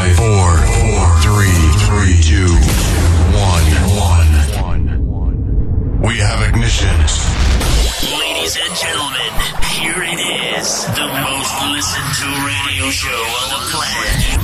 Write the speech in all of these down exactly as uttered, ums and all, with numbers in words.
five, four, four, three, three, two, one, one. We have ignition. Ladies and gentlemen, here it is, the most listened to radio show on the planet.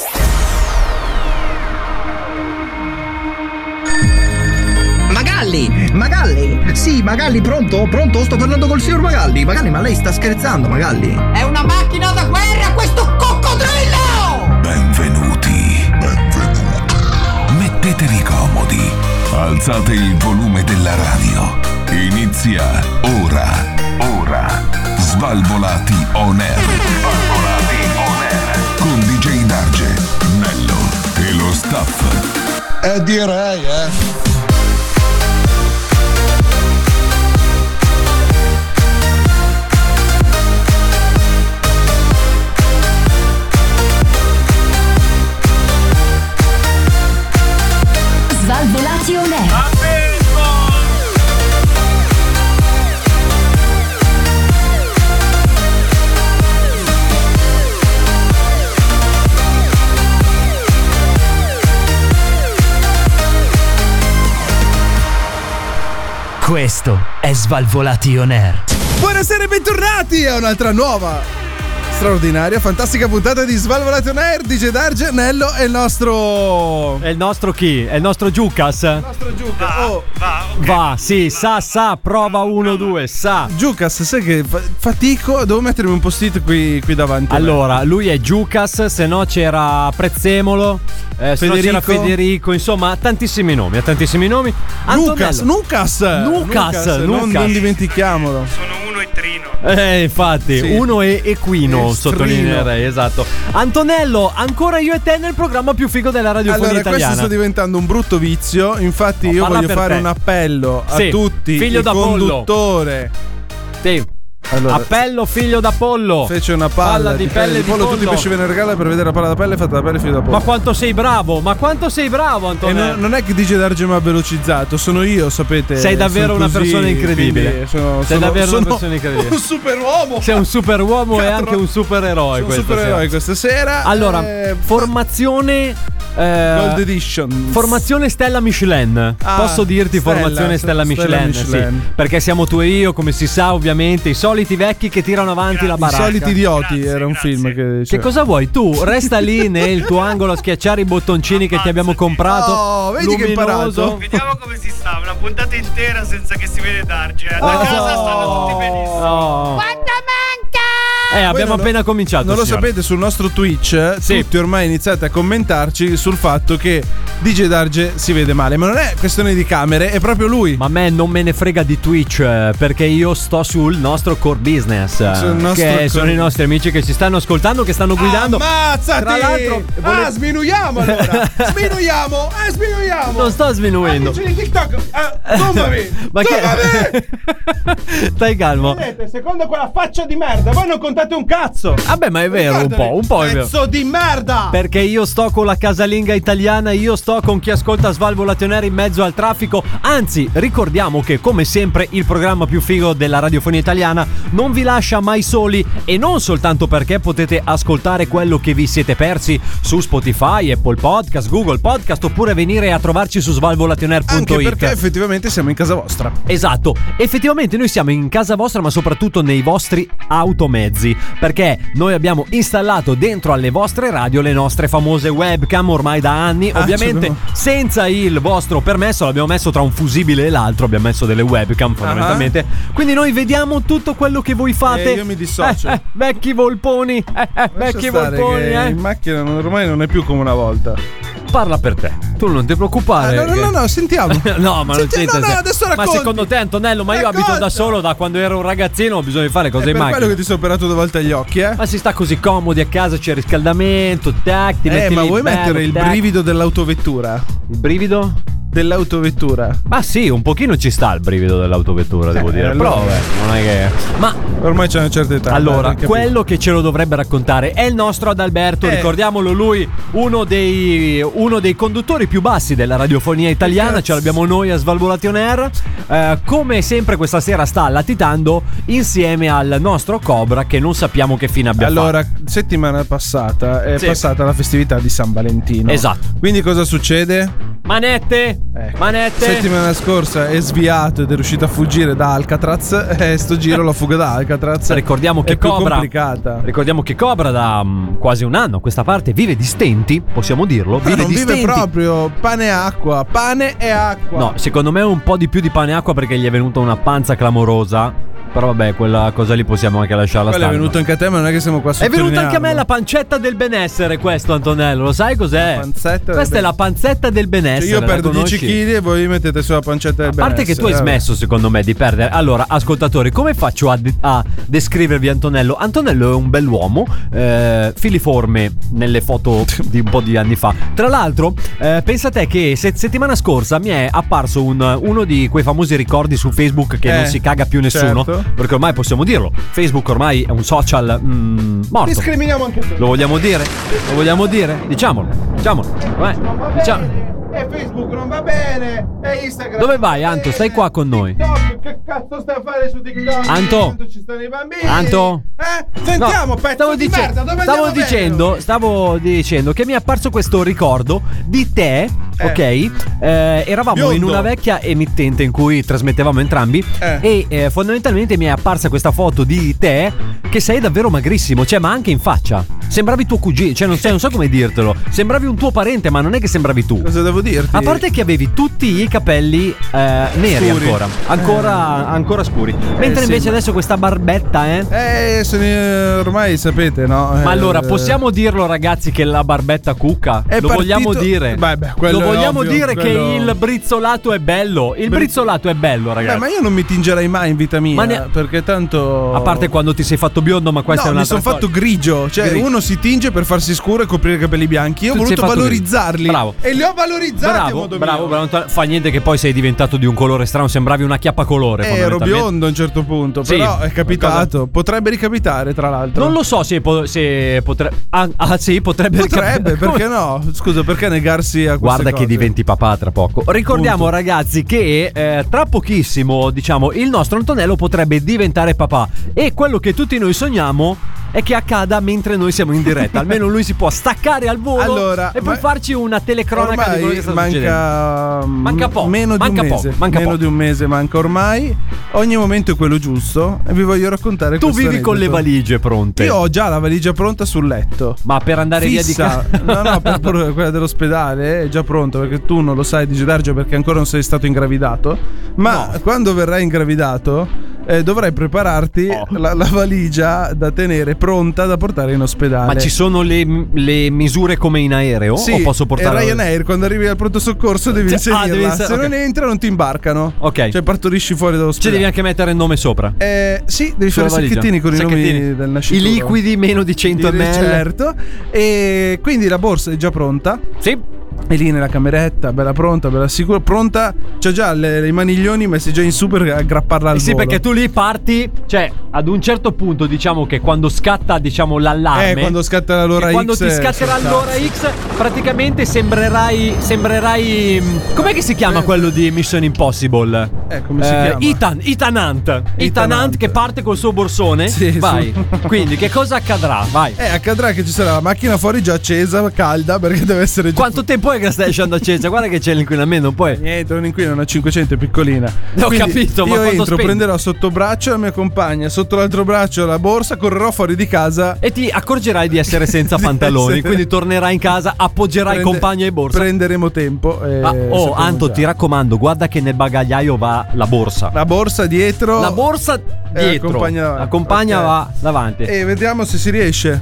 Magalli, Magalli, sì, Magalli, pronto? Pronto? Sto parlando col signor Magalli. Magalli, ma lei sta scherzando, Magalli? È una macchina da guerra questo coccodrillo! Benvenuti. Benvenuti. Mettetevi comodi. Alzate il volume della radio. Inizia ora. Ora. Svalvolati on air. Svalvolati on air. Con D J Darge, Nello e lo staff. Eh direi, eh. Svalvolati on air. Questo è Svalvolati on air. Buonasera e bentornati a un'altra nuova, straordinaria, fantastica puntata di Svalvolati on air. D J Darge, Nello e il nostro... È il nostro chi? È il nostro Giucas? Il nostro Giucas. Va, oh. va, okay. Va, sì, sa, sa, prova uno, due, sa. Giucas, sai che fatico, devo mettermi un post-it qui, qui davanti. Allora, lui è Giucas, se no c'era Prezzemolo, eh, se no c'era Federico, insomma, tantissimi nomi, ha tantissimi nomi. Lucas, Lucas, Lucas, non, non dimentichiamolo. Sono uno e Trino. Eh, infatti, sì. Uno e Equino, sottolineerei, esatto. Antonello, ancora io e te nel programma più figo della radiofonia allora, italiana. Questo sta diventando un brutto vizio, infatti no, io voglio fare te. un appello a sì, tutti. Figlio il da conduttore. Sì. Allora, appello figlio da pollo. Fece una palla, palla di, di pelle, pelle di pollo. Tutti i pesci vennero regala per vedere la palla da pelle fatta da pelle figlio da pollo. Ma quanto sei bravo, ma quanto sei bravo, Antonello. E non, non è che D J Darge mi ha velocizzato, sono io, sapete. Sei davvero una così, persona incredibile. Sono, sei sono, davvero sono una persona incredibile. Un superuomo. Sei un superuomo Catro. e anche un supereroe. Sono questa supereroe sera. questa sera. Allora, eh, formazione. Eh, Gold Edition. Formazione Stella Michelin. Ah, Posso dirti Stella, formazione Stella, Stella Michelin, Michelin. Sì, perché siamo tu e io, come si sa, ovviamente, i soliti vecchi che tirano avanti grazie. la baracca. I soliti idioti, grazie, era un grazie. film che Che cosa vuoi? Tu resta lì nel tuo angolo a schiacciare i bottoncini che ti abbiamo comprato. Oh, vedi luminoso. che imparato. Vediamo come si sta. Una puntata intera senza che si vede Darge. Da Oh, casa stanno tutti benissimo. Oh. Quanto manca? Eh, abbiamo non, appena cominciato. Non lo signora. sapete, sul nostro Twitch sì. tutti ormai iniziate a commentarci sul fatto che D J Darge si vede male. Ma non è questione di camere, è proprio lui. Ma a me non me ne frega di Twitch, perché io sto sul nostro core business, nostro che core... sono i nostri amici che ci stanno ascoltando, che stanno guidando. Ammazzati! Tra l'altro, vole... ah, sminuiamo allora. Sminuiamo, eh, sminuiamo. Non sto sminuendo. Amici di TikTok, eh, zoomami. Ma che? Stai calmo. Vedete, secondo quella faccia di merda, voi non contate un cazzo. Vabbè, ma è vero, un po', un po' è vero. Pezzo di merda! Perché io sto con la casalinga italiana, io sto con chi ascolta Svalvolati on air in mezzo al traffico. Anzi, ricordiamo che, come sempre, il programma più figo della radiofonia italiana non vi lascia mai soli, e non soltanto perché potete ascoltare quello che vi siete persi su Spotify, Apple Podcast, Google Podcast, oppure venire a trovarci su svalvolationer punto it. Anche perché effettivamente siamo in casa vostra. Esatto, effettivamente noi siamo in casa vostra, ma soprattutto nei vostri automezzi, perché noi abbiamo installato dentro alle vostre radio le nostre famose webcam ormai da anni. Ah, ovviamente senza il vostro permesso, l'abbiamo messo tra un fusibile e l'altro, abbiamo messo delle webcam fondamentalmente. Uh-huh. Quindi noi vediamo tutto quello che voi fate. E io mi dissocio. Eh, eh, vecchi volponi, eh, eh, vecchi volponi, eh. In macchina ormai non è più come una volta. Parla per te, tu non ti preoccupare. Ah, no, no, no, no, sentiamo. No, ma non sentiamo, sente. No, no, adesso racconti. Ma secondo te, Antonello, ma io Racconta. abito da solo da quando ero un ragazzino, ho bisogno di fare cose è in per macchina. quello che ti sei operato due volte agli occhi, eh? Ma si sta così comodi a casa, c'è il riscaldamento, tac, ti Eh, metti ma lì vuoi bello, mettere il tac. brivido dell'autovettura? Il brivido? dell'autovettura. Ma sì, un pochino ci sta il brivido dell'autovettura, devo Eh, dire. allora- Però vabbè, non è che. Ma Ormai c'è una certa età. allora, dai, capito. quello che ce lo dovrebbe raccontare è il nostro Adalberto, Eh. ricordiamolo lui, uno dei, uno dei conduttori più bassi della radiofonia italiana, Cazzo. ce l'abbiamo noi a Svalvolation Air. Eh, come sempre questa sera sta latitando insieme al nostro Cobra che non sappiamo che fine abbia Allora, fatto. settimana passata è Sì. passata la festività di San Valentino. Esatto. Quindi cosa succede? Manette, Ecco. manette. Settimana scorsa è sviato ed è riuscito a fuggire da Alcatraz e sto giro la fuga da Alcatraz Ricordiamo che è più Cobra complicata. Ricordiamo che Cobra da mm, quasi un anno a questa parte vive di stenti, possiamo dirlo, Però vive non di vive stenti. proprio pane e acqua, pane e acqua. No, secondo me un po' di più di pane e acqua perché gli è venuta una panza clamorosa. Però vabbè, quella cosa lì possiamo anche lasciarla Quello è stare. venuto anche a te, ma non è che siamo qua a È venuta anche a me sottolinearlo. la pancetta del benessere, questo Antonello, lo sai cos'è? Panzetta del Questa è la benessere. panzetta del benessere. Cioè, io la perdo conosci? dieci chili e voi mettete sulla pancetta del A parte che tu hai benessere, smesso, secondo me, di perdere. Allora, ascoltatori, come faccio a, de- a descrivervi Antonello? Antonello è un bell'uomo, eh, filiforme nelle foto di un po' di anni fa. Tra l'altro, eh, pensa te che se- settimana scorsa mi è apparso un- uno di quei famosi ricordi su Facebook che Eh, non si caga più nessuno. certo. Perché ormai possiamo dirlo: Facebook ormai è un social mm, morto. Discriminiamo anche te. Lo vogliamo dire? Lo vogliamo dire? Diciamolo, diciamolo. Vai, diciamo. E Facebook non va bene. E Instagram. Dove vai, Anto? Stai qua con noi. TikTok, che cazzo stai a fare su TikTok? Anto? Tanto ci stanno i bambini. Anto? Eh? Sentiamo, No, pezzo stavo di dice- merda, dove stavo andiamo a dicendo, vedere? stavo dicendo che mi è apparso questo ricordo di te, Eh. ok? Eh, eravamo Biondo. in una vecchia emittente in cui trasmettevamo entrambi Eh. e eh, fondamentalmente mi è apparsa questa foto di te che sei davvero magrissimo, cioè ma anche in faccia. Sembravi tuo cugino, cioè non, sai, non so come dirtelo. Sembravi un tuo parente, ma non è che sembravi tu. Cosa devo dirti? A parte che avevi tutti i capelli eh, neri Scuri. ancora, ancora, ancora scuri. Mentre sì, invece ma- adesso questa barbetta, eh? Eh, se ne- ormai sapete, no? Ma Eh, allora, possiamo dirlo ragazzi che la barbetta cucca? È Lo partito- vogliamo dire? Beh, beh, quello Lo è vogliamo ovvio, dire quello- che il brizzolato è bello? Il Bri- brizzolato è bello, ragazzi. Beh, ma io non mi tingerei mai in vita mia. Ma ne- Perché tanto. A parte quando ti sei fatto biondo, ma questa no, è mi un'altra sono fatto storia. grigio. Cioè, Grigio. uno si tinge per farsi scuro e coprire i capelli bianchi. Io ho Tu ti sei voluto fatto valorizzarli. grigio. Bravo. E li ho valorizzati. a Bravo, modo bravo, mio. bravo. Antonio. Fa niente che poi sei diventato di un colore strano, sembravi una chiappa colore. Eh, ero fondamentalmente. biondo a un certo punto. Sì, però è capitato. qualcosa- Potrebbe ricapitare, tra l'altro. Non lo so se, po- se potrebbe. Ah, ah, sì, potrebbe. Potrebbe, ricap- perché no? Scusa, perché negarsi a queste Guarda cose? che diventi papà tra poco. Ricordiamo, Punto. ragazzi, che eh, tra pochissimo, diciamo, il nostro Antonello potrebbe diventare papà. E quello che tutti noi sogniamo è che accada mentre noi siamo in diretta. Almeno lui si può staccare al volo Allora, e poi ma- farci una telecronaca di quello che Ormai sta succedendo. manca Manca poco, meno di manca un poco, mese. manca meno poco. di un mese manca ormai. Ogni momento è quello giusto e vi voglio raccontare Tu questo vivi con le aneddoto. valigie pronte. Io ho già la valigia pronta sul letto. Ma per andare via di Fissa. casa. No, no, per por- quella dell'ospedale è già pronta perché tu non lo sai di Dargio perché ancora non sei stato ingravidato. Ma quando verrai ingravidato eh, dovrai prepararti Oh. la, la valigia da tenere pronta da portare in ospedale. Ma ci sono le, le misure come in aereo? Sì, o posso portare e Ryanair quando arrivi al pronto soccorso devi Cioè, ah, inserirla. devi inser- Se ok. non entra non ti imbarcano. Ok. Cioè partorisci fuori Ci dall'ospedale. devi anche mettere il nome sopra. Eh, sì, devi Sulla fare i valigia. sacchettini con i Sacchettini. nomi del I nascituro. liquidi meno di cento Di- millilitri. Certo. E quindi la borsa è già pronta. Sì. È lì nella cameretta, bella pronta, bella sicura. Pronta, c'ha già le, i maniglioni messi già in su per aggrapparla al Eh sì, volo. perché tu lì parti, cioè ad un certo punto, diciamo che quando scatta, diciamo, l'allarme. Eh, quando scatta la l'ora e quando X, ti scatterà eh, l'ora X, praticamente sembrerai. Sembrerai. mh, Com'è che si chiama quello di Mission Impossible? Eh, come si chiama? Ethan, Ethan Hunt. Ethan, Ethan Hunt Hunt. che parte col suo borsone. Sì, vai. sì. Quindi, che cosa accadrà? Vai. Eh, accadrà che ci sarà la macchina fuori già accesa, calda, perché deve essere già. Quanto tempo è che stai lasciando accesa? Guarda che c'è l'inquinamento, non puoi. Niente, non inquina, una cinquecento è piccolina. Ho Quindi capito, ma io quanto entro, spendi? prenderò sotto braccio la mia compagna, sotto l'altro braccio la borsa, correrò fuori di casa. E ti accorgerai di essere senza Di pantaloni. essere- Quindi tornerai in casa, appoggerai Prende- compagno e borsa. Prenderemo tempo. E Ah, oh, sappiamo Anto, già. ti raccomando, guarda che nel bagagliaio va la borsa. La borsa dietro. La borsa dietro. accompagna davanti. La compagna Ok. va davanti. E vediamo se si riesce.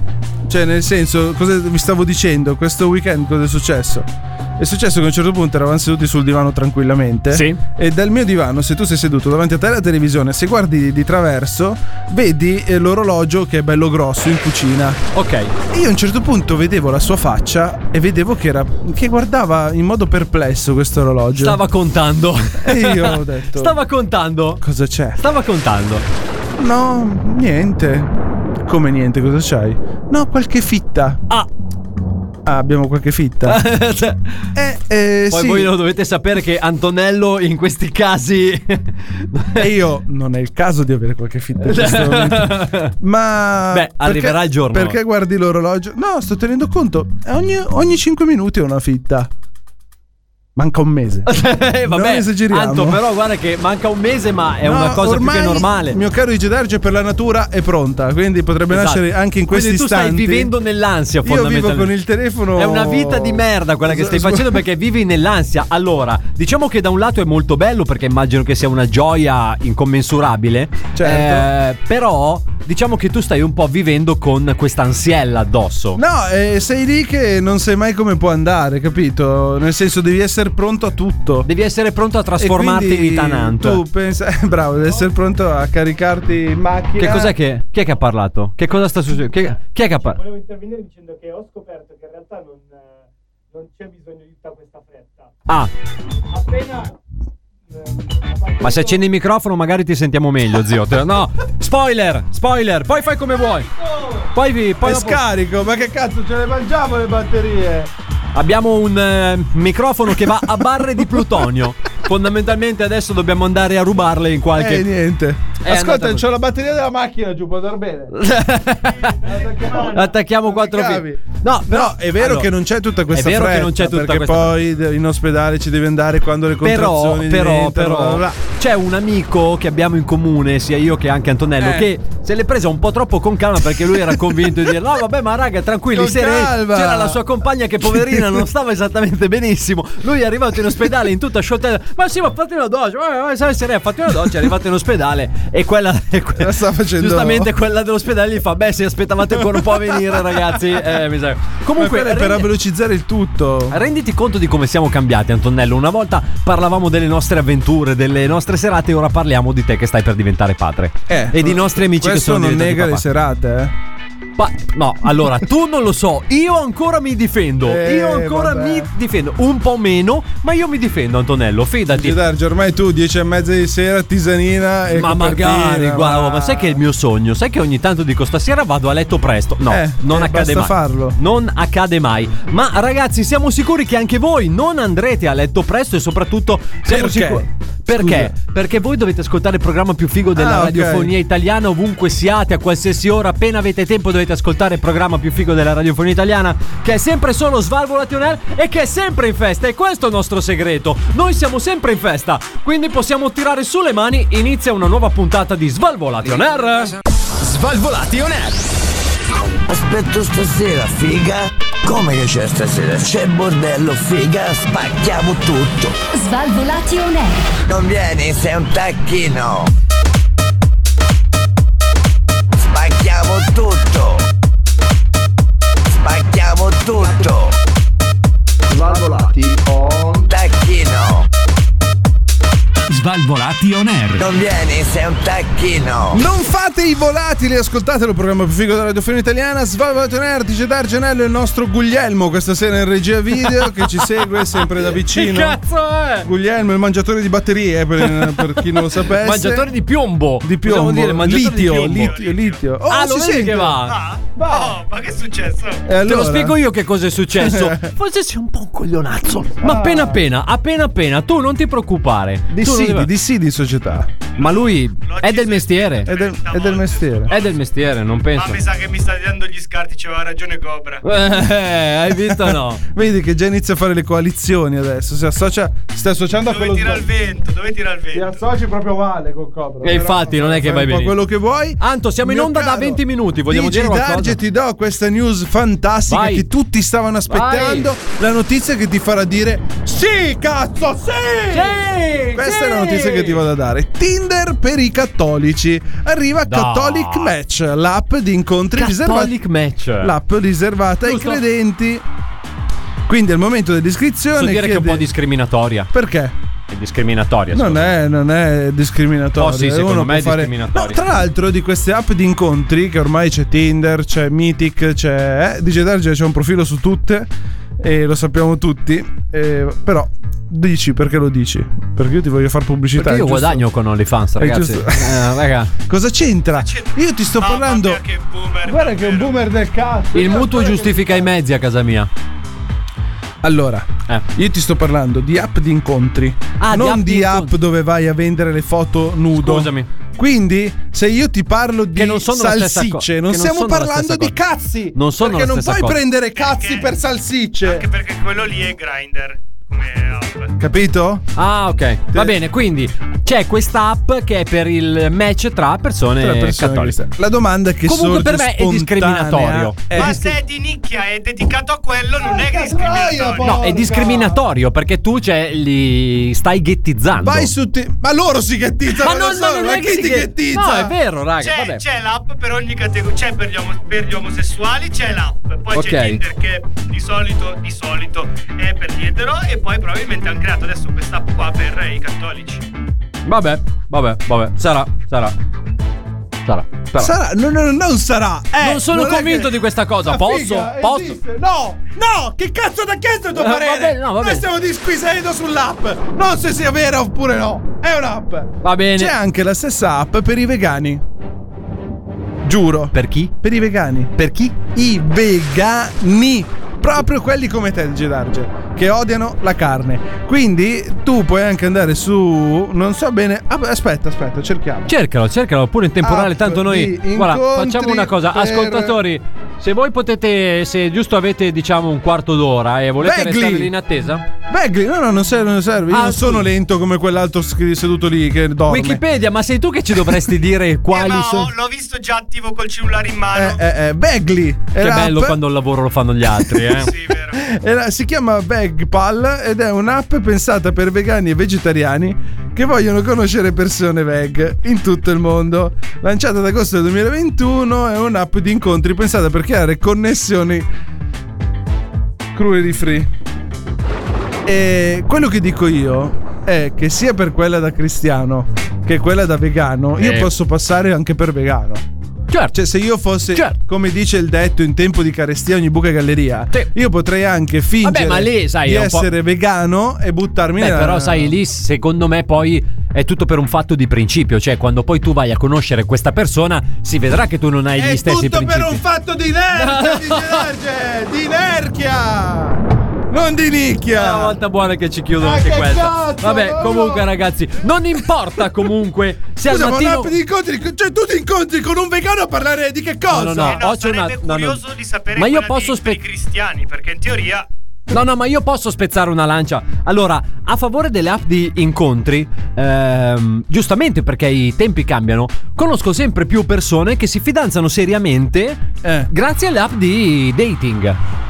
Cioè, nel senso, cosa vi stavo dicendo? Questo weekend cosa è successo? È successo che a un certo punto eravamo seduti sul divano tranquillamente. Sì. E dal mio divano, se tu sei seduto davanti a te alla televisione, se guardi di traverso, vedi eh, l'orologio che è bello grosso in cucina. Ok. E io a un certo punto vedevo la sua faccia e vedevo che era che guardava in modo perplesso questo orologio. Stava contando. E io ho detto: Stava contando. Cosa c'è? Stava contando. No, niente. Come niente, cosa c'hai? No, qualche fitta. Ah. Ah, abbiamo qualche fitta. eh, eh, Poi sì. voi lo dovete sapere che Antonello in questi casi E io non è il caso di avere qualche fitta in questo momento. Ma beh, arriverà perché, il giorno. Perché guardi l'orologio? No, sto tenendo conto. Ogni, ogni cinque minuti ho una fitta. Manca un mese. eh, vabbè, non esageriamo. Anto, però guarda che manca un mese, ma è No, una cosa più ormai, che normale. Mio caro Luigi Darge, per la natura è pronta, quindi potrebbe Esatto. nascere anche in questi Quindi tu istanti. stai vivendo nell'ansia, Io fondamentalmente. vivo con il telefono. È una vita di merda quella che stai S- facendo, perché vivi nell'ansia. Allora, diciamo che da un lato è molto bello, perché immagino che sia una gioia incommensurabile. Certo. Eh, però diciamo che tu stai un po' vivendo con questa ansiella addosso. No, eh, sei lì che non sai mai come può andare, capito? Nel senso, devi essere pronto a tutto. Devi essere pronto a trasformarti E quindi in Itanant. Tu pensa, eh, bravo, devi essere pronto a caricarti in macchina. Che cos'è che. Chi è che ha parlato? Che cosa sta succedendo? Chi, chi è che ha parlato? Volevo intervenire dicendo che ho scoperto che in realtà non, non c'è bisogno di tutta questa fretta. Ah, Appena. ma se accendi il microfono magari ti sentiamo meglio, zio. Te- No, spoiler, spoiler, poi fai come vuoi. Poi vi poi È dopo- scarico, ma che cazzo, ce le mangiamo le batterie? abbiamo un eh, microfono che va a barre di plutonio. Fondamentalmente adesso dobbiamo andare a rubarle in qualche Eh, niente. È Ascolta, andata così. c'ho la batteria della macchina giù, può andare bene. Attacchiamo quattro cavi. fili. No, però No, è vero allora, che non c'è tutta questa è vero fretta, che non c'è tutta perché questa poi de- in ospedale ci devi andare quando le Però, contrazioni però, diventano, però bla bla bla. c'è un amico che abbiamo in comune, sia io che anche Antonello, Eh. che se l'è presa un po' troppo con calma, perché lui era convinto di dire: no, vabbè, ma raga, tranquilli, Con sereni. calma. C'era la sua compagna che, poverina, non stava esattamente benissimo. Lui è arrivato in ospedale in tutta sciottata. Ma sì, ma fatti una doccia, ma sai serena, fatti una doccia. È arrivato in ospedale e quella, e que- La sta facendo- giustamente quella dell'ospedale gli fa: beh, se aspettavate ancora un po' a venire, ragazzi, eh, mi sa. Comunque, Ma quello è per rendi- velocizzare il tutto. Renditi conto di come siamo cambiati, Antonello. Una volta parlavamo delle nostre avventure, delle nostre serate, e ora parliamo di te che stai per diventare padre. Eh, e di nostri amici che questo sono non diventati nega le papà. serate, eh. Pa- no, allora, tu non lo so, io ancora mi difendo. Eh, io ancora vabbè. mi difendo. Un po' meno, ma io mi difendo, Antonello, fidati. Darge, ormai tu dieci e mezza di sera, tisanina e Ma copertina, magari, guarda, ma- ma sai che è il mio sogno? Sai che ogni tanto dico stasera vado a letto presto? No, Eh, non eh, accade basta mai. farlo. Non accade mai. Ma ragazzi, siamo sicuri che anche voi non andrete a letto presto, e soprattutto siamo Perché? sicuri. Perché? Perché voi dovete ascoltare il programma più figo della Ah, ok. radiofonia italiana, ovunque siate, a qualsiasi ora, appena avete tempo dovete ascoltare il programma più figo della radiofonia italiana, che è sempre solo Svalvolati On Air e che è sempre in festa. E questo è il nostro segreto. Noi siamo sempre in festa, quindi possiamo tirare su le mani. Inizia una nuova puntata di Svalvolati On Air. Svalvolati On Air. Aspetto stasera, figa. Come che c'è stasera? C'è bordello, figa, spacchiamo tutto. Svalvolati On Air. Non vieni, sei un tacchino. Spacchiamo tutto. Spacchiamo tutto. Svalvolati on Tacchino. Svalvolati On Air. Non vieni, sei un tacchino. Non fate i volatili, ascoltatelo, il programma più figo della radiofonia italiana. Svalvolati On Air, dice Dargenello, il nostro Guglielmo questa sera in regia video che ci segue sempre da vicino. Che cazzo è? Guglielmo, il mangiatore di batterie, eh, per, per chi non lo sapesse. Mangiatore di piombo. di piombo, Possiamo dire mangiatore litio, di piombo. litio, litio. Oh, Ah, lo si vedi sente. che va? Ah, oh, ma che è successo? E Te allora? lo spiego io che cosa è successo. Forse sei un po' un coglionazzo. Ma appena appena, appena appena, tu non ti preoccupare. Tu non Dissidi, ti- dissidi società. Ma lui è del mestiere. È del, è del mestiere. È del mestiere, non Ma penso. mi sa che mi stai dando gli scarti, c'aveva ragione Cobra. Eh, hai visto o no? Vedi che già inizia a fare le coalizioni adesso. Si associa, si sta associando a Dove quello tira il vento? Dove tira il Ti vento? associ proprio male con Cobra. E infatti non è che Fai vai un po' bene. quello che vuoi. Anto, siamo in Mio onda da caro, venti minuti, vogliamo Digi dire qualcosa? Darge, ti do questa news fantastica Vai. che tutti stavano aspettando. La notizia che ti farà dire: sì, cazzo, sì! Sì, Questa sì! è la notizia notizie che ti vado a dare. Tinder per i cattolici. Arriva Dai. Catholic Match, l'app di incontri riservata. Catholic Match. L'app riservata Giusto. ai credenti. Quindi al momento dell'iscrizione Posso dire chiede... che è un po' discriminatoria. Perché? È discriminatoria. Non è, non è discriminatorio. Oh sì, secondo Uno me può è fare... discriminatorio. No, tra l'altro di queste app di incontri, che ormai c'è Tinder, c'è Mythic, c'è eh, D J Darge, c'è un profilo su tutte e lo sappiamo tutti, eh, però dici perché lo dici? Perché io ti voglio fare pubblicità. Perché io è giusto? guadagno con OnlyFans, È ragazzi. giusto. Eh, raga. Cosa c'entra? Io ti sto parlando. Che boomer, Guarda che è un boomer del cazzo. Il mutuo giustifica i mezzi a casa mia. Allora, Eh. io ti sto parlando di app di incontri, Ah, di non app di, di app incontri. dove vai a vendere le foto nudo. Scusami. Quindi, se io ti parlo di Che non sono la stessa salsicce, co- non che non stiamo sono la parlando stessa di cosa. cazzi. Non sono perché la non stessa puoi cosa. prendere cazzi Perché- per salsicce. Anche perché quello lì è Grindr come app. Capito? Ah, ok. Va bene, quindi c'è questa app che è per il match tra persone, Tra persone cattoliche. che- La domanda che Comunque sorge per me è spontanea discriminatorio. è Ma dis- se è di nicchia è dedicato a quello, non è Porca discriminatorio. troia, No, è discriminatorio perché tu cioè, li stai ghettizzando. Vai su ti- Ma loro si ghettizzano Ma da non, soli, non ma è che chi si ti ghe- ghettizza? No, è vero, raga. C'è, Vabbè. c'è l'app per ogni categoria, c'è per gli, omo- per gli omosessuali, c'è l'app. Poi Ok. c'è Tinder che di solito, di solito è per gli etero. E poi probabilmente hanno creato adesso questa app qua per i cattolici. Vabbè, vabbè, vabbè. Sarà, sarà. Sarà. sarà. Sarà, no, no, non sarà. Eh, Non sono è convinto che- di questa cosa. La Posso? figa Posso? esiste. No, no, che cazzo da chiesto il tuo Eh, parere? vabbè, no, vabbè. Noi stiamo disquisendo sull'app. Non se sia vera oppure no. È un'app. Va bene. C'è anche la stessa app per i vegani. Giuro. Per chi? Per i vegani. Per chi? I vegani. Proprio quelli come te, D J Darge, che odiano la carne. Quindi tu puoi anche andare su. Non so bene. Ah, beh, aspetta, aspetta, cerchiamo. Cercalo, cercalo pure in temporale. App Tanto noi. di Guarda, incontri facciamo una cosa. per- Ascoltatori, se voi potete. Se giusto avete, diciamo, un quarto d'ora e volete Begli! restare lì in attesa. Begli, no, no, non serve, non serve. Io Ah, non scusa. sono lento come quell'altro scri- seduto lì che dorme. Wikipedia, ma sei tu che ci dovresti dire Eh, quali ma sono. ho- l'ho visto già attivo col cellulare in mano. Eh, eh, eh, Begli. Che bello quando il lavoro lo fanno gli altri, eh. Sì, vero. Era- si chiama Vegpal ed è un'app pensata per vegani e vegetariani che vogliono conoscere persone veg in tutto il mondo. Lanciata ad agosto del duemilaventuno, è un'app di incontri pensata per creare connessioni cruelty free. E quello che dico io è che sia per quella da cristiano che quella da vegano, io Eh. posso passare anche per vegano. Certo. Cioè, se io fossi, Certo. come dice il detto, in tempo di carestia ogni buca è galleria, Sì. io potrei anche fingere Vabbè, ma lì, sai, di è un po'- essere vegano e buttarmi Beh, nella... però sai, lì secondo me poi è tutto per un fatto di principio. Cioè, quando poi tu vai a conoscere questa persona, si vedrà che tu non hai È gli stessi tutto principi. per un fatto di nerchia, di Gerge, di nerchia, non di nicchia. È una volta buona che ci chiudono Ah, anche che questa. cazzo, Vabbè, no, comunque, no. ragazzi, non importa comunque se Scusa, al ma mattino. un'app di incontri, cioè tu ti incontri con un vegano a parlare di che cosa? No, no, no. Eh, no, Oggi una- sarebbe no, no. curioso di sapere Ma io quella posso di- per spe- i cristiani, perché in teoria No, no, ma io posso spezzare una lancia. Allora, a favore delle app di incontri, ehm, giustamente perché i tempi cambiano, conosco sempre più persone che si fidanzano seriamente Eh. grazie alle app di dating.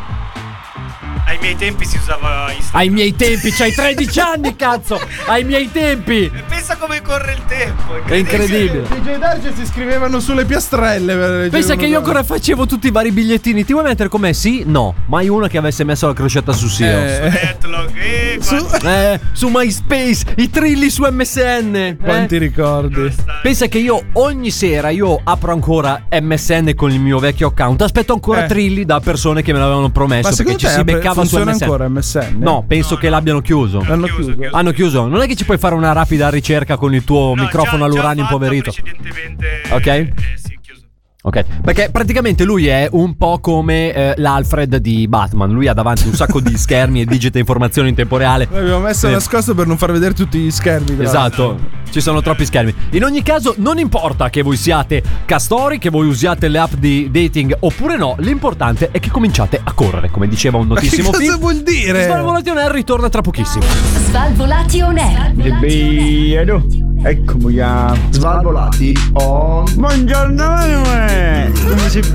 ai miei tempi si usava Instagram. Ai miei tempi, c'hai tredici anni, cazzo! Ai miei tempi! Pensa come corre il tempo. È incredibile. D J Darge si scrivevano sulle piastrelle per leggere Pensa una che io cosa. ancora facevo tutti i vari bigliettini. Ti vuoi mettere con me? Sì? No. Mai uno che avesse messo la crocetta su Sio. Eh. Netlog, eh, Su- quanti- Eh, su MySpace, i trilli su M S N. eh. Quanti ricordi? Pensa che io ogni sera io apro ancora M S N con il mio vecchio account. Aspetto ancora Eh. trilli da persone che me l'avevano promesso. Ma perché secondo ci te si apre- beccava su funziona M S N. ancora M S N? No, penso No, che no. l'abbiano chiuso. L'hanno Chiuso, chiuso. chiuso. Hanno chiuso. Non è che ci puoi fare una rapida ricerca con il tuo No, microfono già- all'uranio già fatto impoverito. precedentemente, Ok. eh, sì, chiuso. Ok, perché praticamente lui è un po' come eh, l'Alfred di Batman. Lui ha davanti un sacco di schermi e digita informazioni in tempo reale. Noi abbiamo messo Sì. nascosto per non far vedere tutti gli schermi. tra Esatto, ci sono troppi schermi. In ogni caso, non importa che voi siate castori, che voi usiate le app di dating oppure no, l'importante è che cominciate a correre, come diceva un notissimo Che cosa film. vuol dire? Svalvolation Air ritorna tra pochissimo. Svalvolation Air. Bello, eccomi a Svalvolati on. Buongiorno Manuel, come si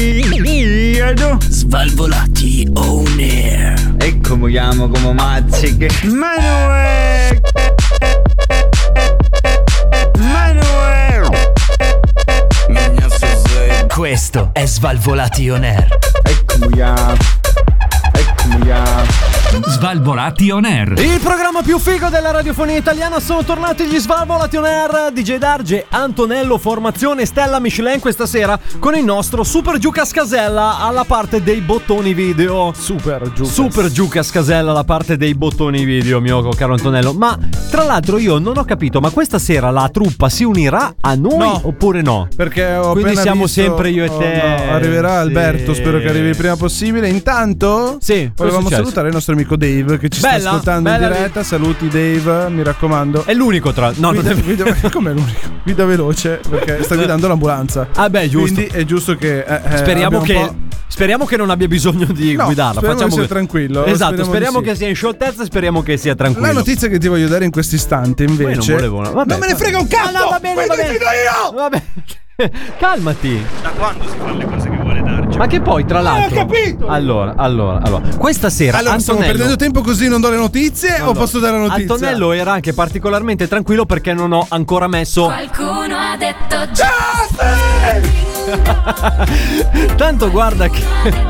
bello? Svalvolati on air. Eccomi chiamo come mazziche Manuel. Questo è Svalvolati On Air. Eccomi ya. Eccomi ya. Svalvolati On Air. Il programma più figo della radiofonia italiana. Sono tornati gli Svalvolati On Air. D J Darge, Antonello, formazione Stella Michelin questa sera con il nostro Super Giucas Casella alla parte dei bottoni video. Super Giucas. Super Giucas Casella alla parte dei bottoni video, mio caro Antonello. Ma tra l'altro io non ho capito, ma questa sera la truppa si unirà a noi no, oppure no? Perché ho Quindi appena siamo visto, sempre io e te. Oh, no, arriverà Alberto, sì. spero che arrivi il prima possibile. Intanto sì, volevamo salutare il nostro amico Dave che ci bella, sta ascoltando in diretta. Lì. Saluti Dave, mi raccomando. È l'unico tra no, guida, non è... guida, com'è l'unico? Guida veloce perché sta guidando l'ambulanza. Ah beh, giusto. Quindi è giusto che eh, speriamo che speriamo che non abbia bisogno di no, guidarla. Speriamo Facciamo che sia che... tranquillo. Esatto, speriamo, speriamo sì. che sia in scioltezza e speriamo che sia tranquillo. La notizia che ti voglio dare in questo istante invece non volevo, vabbè, non me ne frega un cazzo. No, no, va bene, va bene. Io. Vabbè. Calmati. Da quando si fanno le cose che vuole darci? Ma che poi tra l'altro eh, ho capito. Allora, allora, allora Questa sera Allora Antonello... stiamo perdendo tempo così non do le notizie allora, o posso dare la notizia? Antonello era anche particolarmente tranquillo perché non ho ancora messo. Qualcuno ha detto Tanto guarda che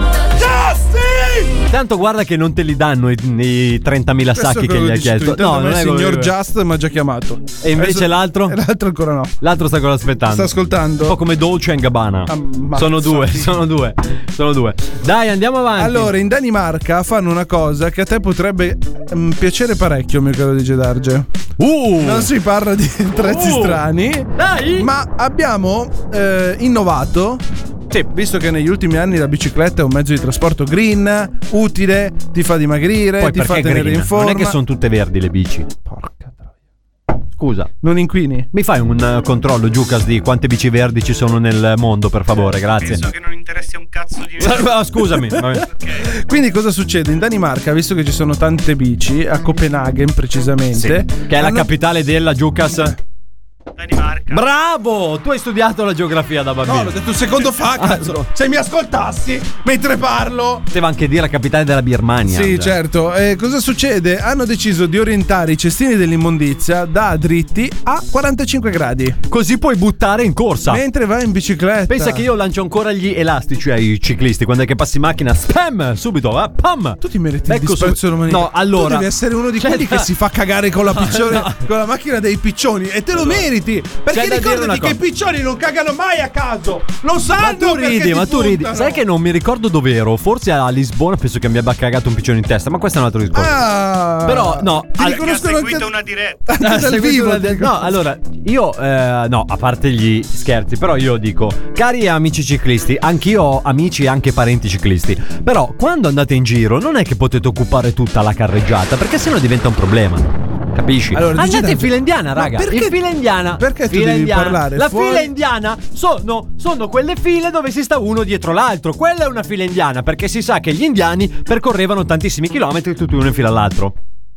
Tanto guarda che non te li danno i, i trentamila sacchi che gli ha chiesto. No, non è il signor come... Just mi ha già chiamato. E invece Adesso... l'altro? L'altro ancora no. L'altro sta ancora aspettando. Sta ascoltando. Un po' come Dolce and Gabbana. Ammazza. Sono due, sono due. Sono due. Dai, andiamo avanti. Allora, in Danimarca fanno una cosa che a te potrebbe um, piacere parecchio, mio caro D J Darge. Uh! Non si parla di attrezzi uh! strani. Dai! Ma abbiamo eh, innovato. Sì, visto che negli ultimi anni la bicicletta è un mezzo di trasporto green, utile, ti fa dimagrire, poi ti fa tenere green? in forma. Non è che sono tutte verdi le bici. Porca troia. Scusa, non inquini? Mi fai un uh, controllo, Giucas, di quante bici verdi ci sono nel mondo, per favore, grazie. Penso che non interessi un cazzo di oh, scusami. Okay. Quindi cosa succede? In Danimarca, visto che ci sono tante bici, a Copenaghen precisamente, sì, che è hanno... la capitale della Giucas. Danimarca. Bravo! Tu hai studiato la geografia da bambino. No, l'ho detto un secondo fa, cazzo. Se mi ascoltassi mentre parlo. Poteva anche dire la capitale della Birmania. Sì, cioè. certo. E cosa succede? Hanno deciso di orientare i cestini dell'immondizia da dritti a quarantacinque gradi. Così puoi buttare in corsa. Mentre vai in bicicletta. Pensa che io lancio ancora gli elastici ai ciclisti. Quando è che passi in macchina, spam! Subito, eh, pam! Tu ti meriti ecco il disprezzo romanino. No, allora. Tu devi essere uno di quelli da... che si fa cagare con la piccione, no, no. con la macchina dei piccioni. E te lo allora. meriti. Perché ricordati che i piccioni non cagano mai a caso. Lo sanno. Ma tu ridi, ma tu ridi. puntano. Sai che non mi ricordo dove ero. Forse a Lisbona, penso che mi abbia cagato un piccione in testa. Ma questo è un altro discorso. Ah, però no, ti all- riconoscono anche una diretta. Anche dal vivo. Una di- no, allora io eh, no, a parte gli scherzi, però io dico, cari amici ciclisti, anch'io ho amici e anche parenti ciclisti. Però quando andate in giro non è che potete occupare tutta la carreggiata, perché sennò diventa un problema. Capisci? Allora, andate in fila indiana, raga. perché, in fila indiana. Perché tu fila devi indiana. parlare La fuori... fila indiana sono, sono quelle file dove si sta uno dietro l'altro. Quella è una fila indiana, perché si sa che gli indiani percorrevano tantissimi chilometri tutti uno in fila all'altro.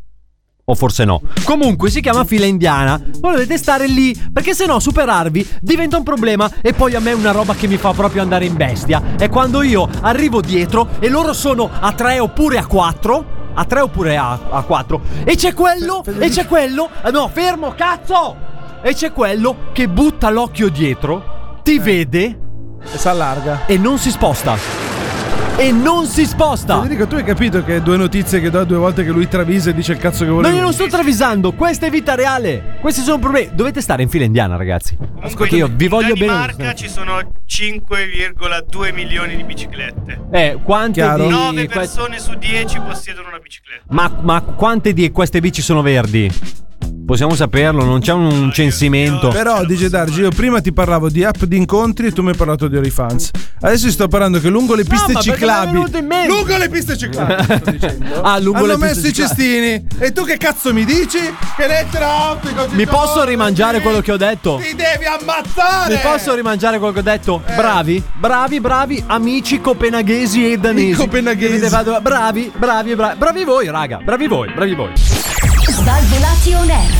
O forse no. Comunque si chiama fila indiana. Voi dovete stare lì, perché se no superarvi diventa un problema. E poi a me una roba che mi fa proprio andare in bestia è quando io arrivo dietro e loro sono a tre oppure a quattro. A tre oppure a, a quattro. E c'è quello, Federico. e c'è quello. Ah, no, fermo, cazzo! E c'è quello che butta l'occhio dietro, ti eh. vede e si allarga e non si sposta. E non si sposta. Federico, tu hai capito che due notizie che do due volte che lui travisa e dice il cazzo che vuole? No, io non sto travisando, questa è vita reale. Questi sono problemi. Dovete stare in fila indiana, ragazzi. Ascolta, io vi voglio bene. In Danimarca ci sono cinque virgola due milioni di biciclette. Eh, quante Chiaro. di nove persone su dieci possiedono una bicicletta. Ma, ma quante di queste bici sono verdi? Possiamo saperlo, non c'è un no, censimento. Io, però D J Dargi, io prima ti parlavo di app di incontri e tu mi hai parlato di OnlyFans. Adesso ti sto parlando che lungo le piste no, ciclabili lungo le piste ciclabili sto dicendo, ah, lungo hanno le messo piste i cestini. E tu che cazzo mi dici? Che lettera ottica mi posso rimangiare quello che ho detto? Ti devi ammazzare. Mi posso rimangiare quello che ho detto? Eh. Bravi, bravi, bravi amici copenaghesi e danesi. Copenaghesi. Bravi, bravi, bravi Bravi voi, raga, bravi voi, bravi voi. Svalvolati On Air.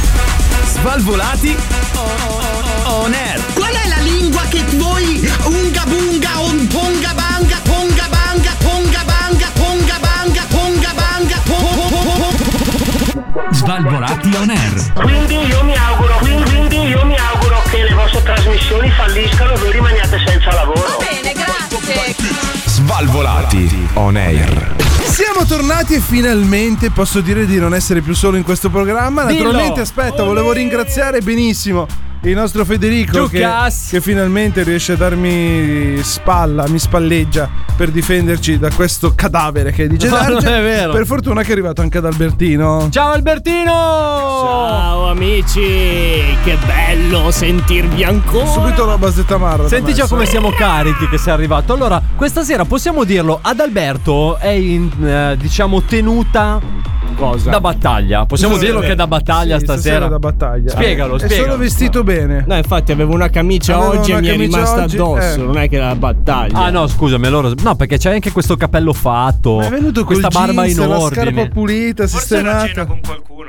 Svalvolati On Air. Qual è la lingua che voi unga bunga un ponga banga ponga banga ponga banga ponga banga ponga banga Svalvolati On Air. Quindi io mi auguro, quindi io mi auguro che le vostre trasmissioni falliscano e voi rimaniate senza lavoro. Va bene, grazie. Svalvolati on air. Siamo tornati e finalmente posso dire di non essere più solo in questo programma. Dillo. Naturalmente, aspetta, Olè. volevo ringraziare benissimo il nostro Federico che, che finalmente riesce a darmi spalla, mi spalleggia per difenderci da questo cadavere che è di Darge. Non è vero. Per fortuna che è arrivato anche ad Albertino. Ciao Albertino! Ciao amici, che bello sentirvi ancora. Subito la basetta marra. Senti già come siamo carichi che sei arrivato. Allora, questa sera possiamo dirlo, ad Alberto è in eh, diciamo tenuta cosa? Da battaglia. Possiamo Stasera. dirlo che è da battaglia Sì, stasera. da battaglia. Spiegalo, È spiegalo. solo vestito bene. No, infatti avevo una camicia Avevo oggi una e mi è camicia rimasta oggi, addosso, eh. non è che la battaglia. Ah no, scusami, allora no, perché c'è anche questo cappello fatto. Ma è venuto questa col barba jeans, in la ordine. scarpa pulita, Forse era a cena sistemata. con qualcuno.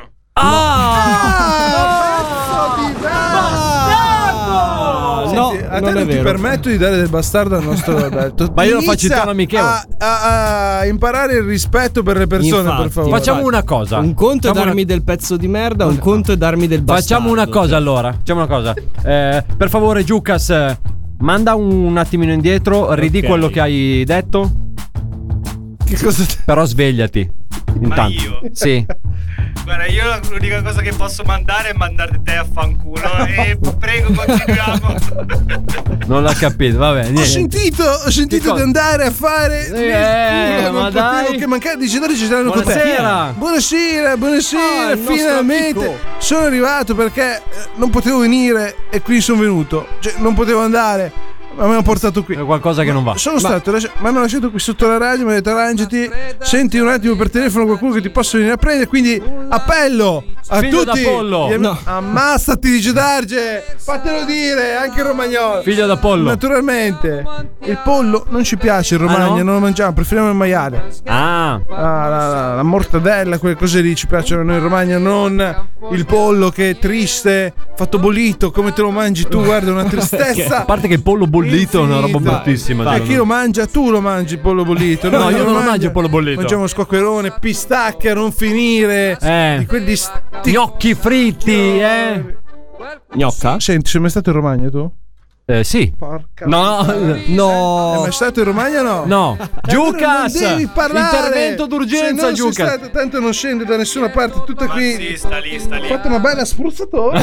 No, Senti, a te non non è ti vero. permetto di dare del bastardo al nostro Alberto. Ma io lo faccio in Inizia tono amichevole. A, a, a imparare il rispetto per le persone, Infatti, per favore. Facciamo una cosa. Un conto è Facciamo darmi una- del pezzo di merda, un conto è darmi del bastardo. Facciamo una cosa allora. Facciamo una cosa. Eh, per favore, Giucas, eh, manda un attimino indietro, ridi Ok. quello che hai detto. Che cosa Però svegliati. Intanto. io? Sì. Guarda, io l'unica cosa che posso mandare è mandare te a fanculo. E prego, continuiamo. Non l'ha capito, vabbè. Ho Niente. sentito, ho sentito cosa? di andare a fare Eh, nel culo, ma non dai. potevo che mancare di Cedric ci saranno con te. Buonasera. Buonasera, buonasera, Ah, il nostro finalmente amico. sono arrivato perché eh, non potevo venire e qui sono venuto. Cioè, non potevo andare. Ma mi hanno portato qui. È qualcosa che non va. Sono stato, lascia- mi hanno lasciato qui sotto la radio, mi hanno detto arrangiati, senti un attimo per telefono qualcuno che ti possa venire a prendere, quindi appello a Figlio tutti. d'Apollo. gli am- No. Ammassati di Gedarge, fatelo dire, anche il romagnolo. Figlio d'Apollo. Naturalmente, il pollo non ci piace in Romagna, Ah, no? non lo mangiamo, preferiamo il maiale. Ah. Ah, la, la- la mortadella, quelle cose lì ci piacciono a noi in Romagna, non il pollo che è triste, fatto bollito, come te lo mangi tu, guarda, una tristezza. A parte che il pollo bollito è una roba Infinita. bruttissima. E chi lo mangia? Tu lo mangi il pollo bollito? No, Noi io non lo mangia- mangio il pollo bollito. Mangiamo squacquerone, pistacche a non finire. Eh. Di quelli sti- Gnocchi fritti, eh. Gnocca? Senti, sei mai stato in Romagna tu? Eh, sì. Porca. No, Sei no. mai stato in Romagna no? No. Giucas. Non devi parlare. Intervento d'urgenza, Se non sei Giucas. stato, tanto non scende da nessuna parte, tutta Ma qui. sì, sta lì, sta lì. Ho fatto una bella spruzzatore.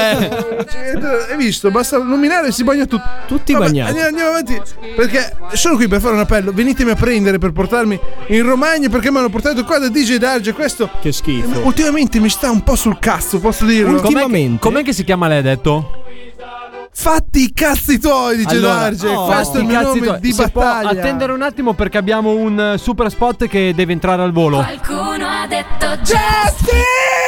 Cioè, hai visto? Basta nominare e si bagna tutto. Tutti Vabbè, bagnati. Andiamo, andiamo avanti. Perché sono qui per fare un appello. Venitemi a prendere per portarmi in Romagna. Perché mi hanno portato qua da D J Darge. Questo Che schifo. ultimamente mi sta un po' sul cazzo, posso dirlo. Ultima- Ultimamente. Com'è che si chiama, l'hai detto? Fatti i cazzi tuoi, D J Allora, Darge. oh, Questo è il mio cazzi nome tuoi. di Se può battaglia. attendere un attimo perché abbiamo un eh, super spot che deve entrare al volo. Qualcuno ha detto Gesti!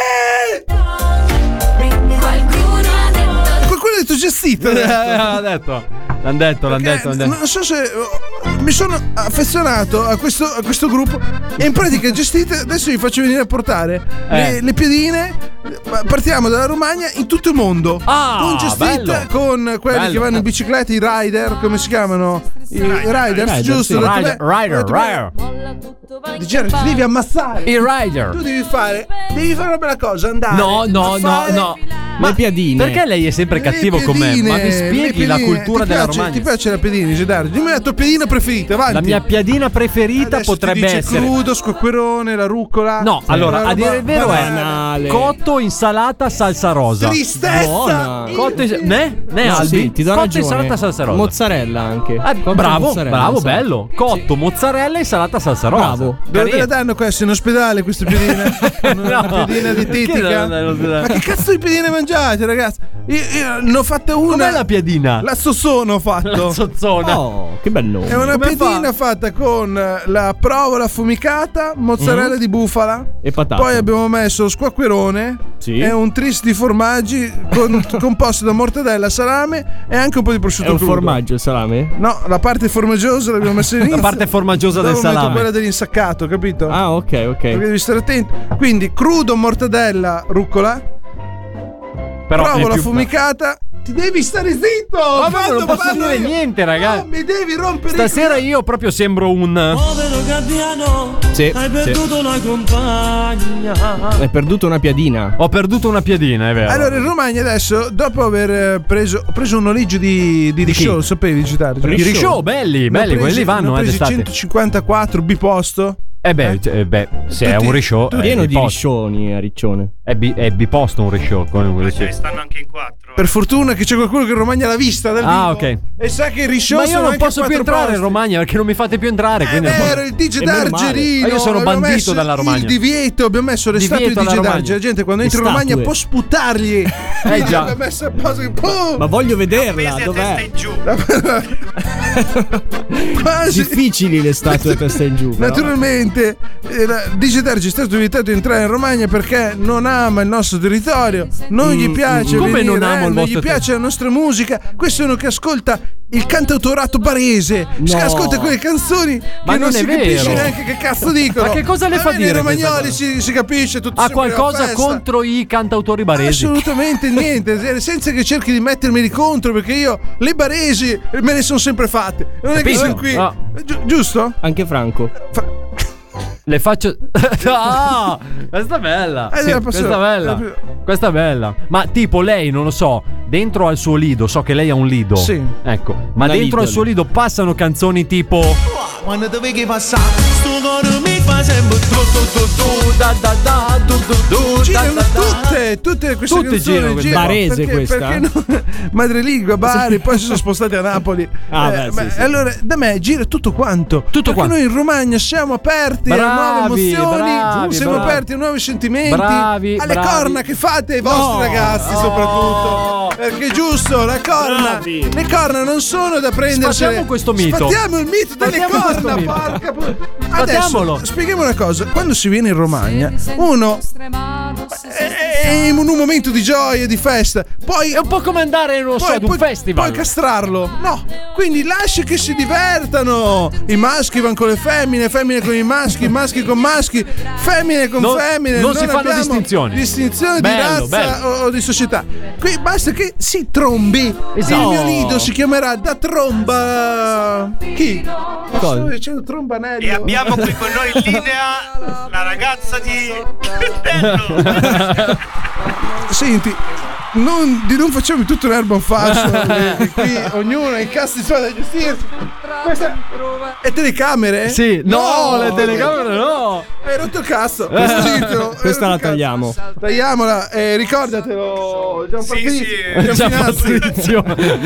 Qualcuno ha detto Qualcuno ha detto gestito. Eh, l'ha detto. L'hanno detto, l'hanno Perché detto, l'hanno detto. Non so se oh, mi sono affezionato a questo, a questo gruppo e in pratica gestite. Adesso vi faccio venire a portare le, Eh. le piedine. Partiamo dalla Romagna in tutto il mondo. Ah, con gestite, bello. con quelli Bello. che vanno in bicicletta, i rider, come si chiamano? I, i riders, Rider, giusto? sì. Ho detto, Rider, beh, rider, ho detto, beh, rider. Dicevo, ti devi ammazzare. I rider. Tu devi fare, devi fare una bella cosa, andare. No, no, a no, fare no. Ma le piadine. Perché lei è sempre le cattivo con me? piedine, Ma mi le spieghi la piedine. cultura Ti della piace- Romagna? Ti piace la piedina, Gedarge? Dimmi la tua piedina preferita, avanti. La mia piadina preferita Adesso potrebbe ti dice essere. crudo, squacquerone, la rucola. No, allora, la a dire roba il vero banale. è cotto, insalata, salsa rosa. Tristezza. Buona. Cotto, ins- ne? Ne No, Albi? sì, ti do Cotto, ragione. insalata, salsa rosa. Mozzarella anche. Eh, Cotto, bravo, mozzarella, bravo, insomma. bello. Cotto, mozzarella, insalata, salsa rosa. Bravo. Dove te Carino. la danno queste in ospedale queste piedine? Una No. piedina dietetica? Che la- la- la- Ma che cazzo di piedine mangiate, ragazzi? Io, io ne ho fatta una. Com'è la piadina? La sozzona ho fatto. La zozzona. Oh, che bello. È una Come piedina fatta con la provola affumicata, mozzarella di bufala. E patate. Poi abbiamo messo lo squacquerone Sì. e un tris di formaggi con- composto da mortadella, salame e anche un po' di prosciutto È un crudo. formaggio il salame? No, la parte formaggiosa l'abbiamo messa all'inizio. La parte formaggiosa del Dopo metto salame. quella dell'insaccato, capito? Ah, ok, ok. Perché devi stare attento. Quindi crudo, mortadella, rucola, Però è provola più- affumicata, ti devi stare zitto. Ma ma non posso parlo dire io. niente, ragazzi. No, mi devi rompere Stasera i io proprio sembro un Povero Gabbiano, Sì, hai sì. perduto una compagna. Hai perduto una piadina. Ho perduto una piadina, è vero. Allora, in Romagna adesso, dopo aver eh, preso, ho preso un noleggio di, di, Di chi? rishow, sapevi Gitardo? I rishow, belli, belli, quelli vanno, ne ho eh, presi d'estate. centocinquantaquattro biposto. Eh beh, eh, beh, se è Tutti- un rishow tutti- è Pieno di biposto. riscioni a Riccione. È, bi- è biposto un rishow con un Ce ne stanno anche in quattro. Per fortuna che c'è qualcuno che in Romagna l'ha vista dal Ah, vivo. ok. E sa che i rishow Ma io sono non anche posso più quattro entrare in posti. Romagna perché non mi fate più entrare. È quindi non vero, posso- il D J E meno male. d'Argerino. Ma io sono abbiamo bandito messo dalla Romagna. Il divieto, abbiamo messo arrestato il D Divieto J alla Romagna. d'Arge. La gente quando Le entra in Romagna statue. può sputargli. Eh già. Abbiamo messo apposta che pum! Ma voglio vederla, Appesi a testa dov'è? in giù. Quasi. Difficili le statue a testa in giù. però. Naturalmente eh, la- D J Darge è stato invitato a entrare in Romagna perché non ama il nostro territorio, non gli piace Come venire, non amo eh, il non gli vostro piace la nostra musica. Questo è uno che ascolta il cantautorato barese, No. che ascolta quelle canzoni Ma che non, non è si capisce vero. neanche che cazzo dicono. Ma che cosa le Va fa bene, dire I questa romagnoli cosa? si, si capisce tutto. Ha sempre la qualcosa festa. contro i cantautori baresi? Assolutamente niente, senza che cerchi di mettermi contro, perché io le baresi me le sono sempre fatte. Non è che Capito? sono qui. No. Gi- giusto? Anche Franco. Le faccio. Ah, questa è bella. Eh, Sì, la posso- questa è bella. Questa è bella. Ma tipo lei, non lo so, dentro al suo lido, so che lei ha un lido. Sì. Ecco. Ma Una dentro al Lidl. suo lido passano canzoni tipo. Quando te vedi passare, sto cuore mi fa sempre tu tu tu tu Da da da du du du da Girano da da. tutte, tutte queste Tutte canzoni girano queste. Barese perché, questa? perché no? Madrelingua, Bari, poi si sono spostati a Napoli. Ah, beh, sì, ma sì. Allora, da me gira tutto quanto. Tutto perché quanto. noi in Romagna siamo aperti a nuove Bravi, emozioni, bravi, siamo bravi. aperti a nuovi sentimenti, Bravi, alle bravi. corna che fate ai vostri No, ragazzi, no. soprattutto. Perché giusto, la corna, Bravi. le corna non sono da prendersi. Sfatiamo questo mito. Sfatiamo il mito delle Sfatiamo questo corna, mito. porca pu- Sfatiamolo. Adesso spieghiamo una cosa, quando si viene in Romagna, uno è in un momento di gioia, di festa, poi È un po' come andare, non lo so, poi, ad un poi- festival. Puoi castrarlo? No. Quindi lascia che si divertano. I maschi vanno con le femmine, femmine con i maschi, maschi con maschi, femmine con Non- femmine. non si fanno abbiamo distinzioni. Distinzione Bello, di razza bello. o, o di società. Qui basta che si trombi. Esatto. Il mio nido si chiamerà da tromba. Chi? Cosa? Sto dicendo trombanello. E abbiamo qui con noi in linea la ragazza di Bello. Senti, non, di non facciamo tutto l'erba un fascio. che qui ognuno ha i cazzi suoi da gestirsi. Questa è telecamere? Sì, no, le telecamere no. Hai rotto il cazzo. Eh. Zitto, hai Questa rotto la il cazzo. tagliamo. Tagliamola, eh, ricordatelo. Gianfranco. Già Fabrizio.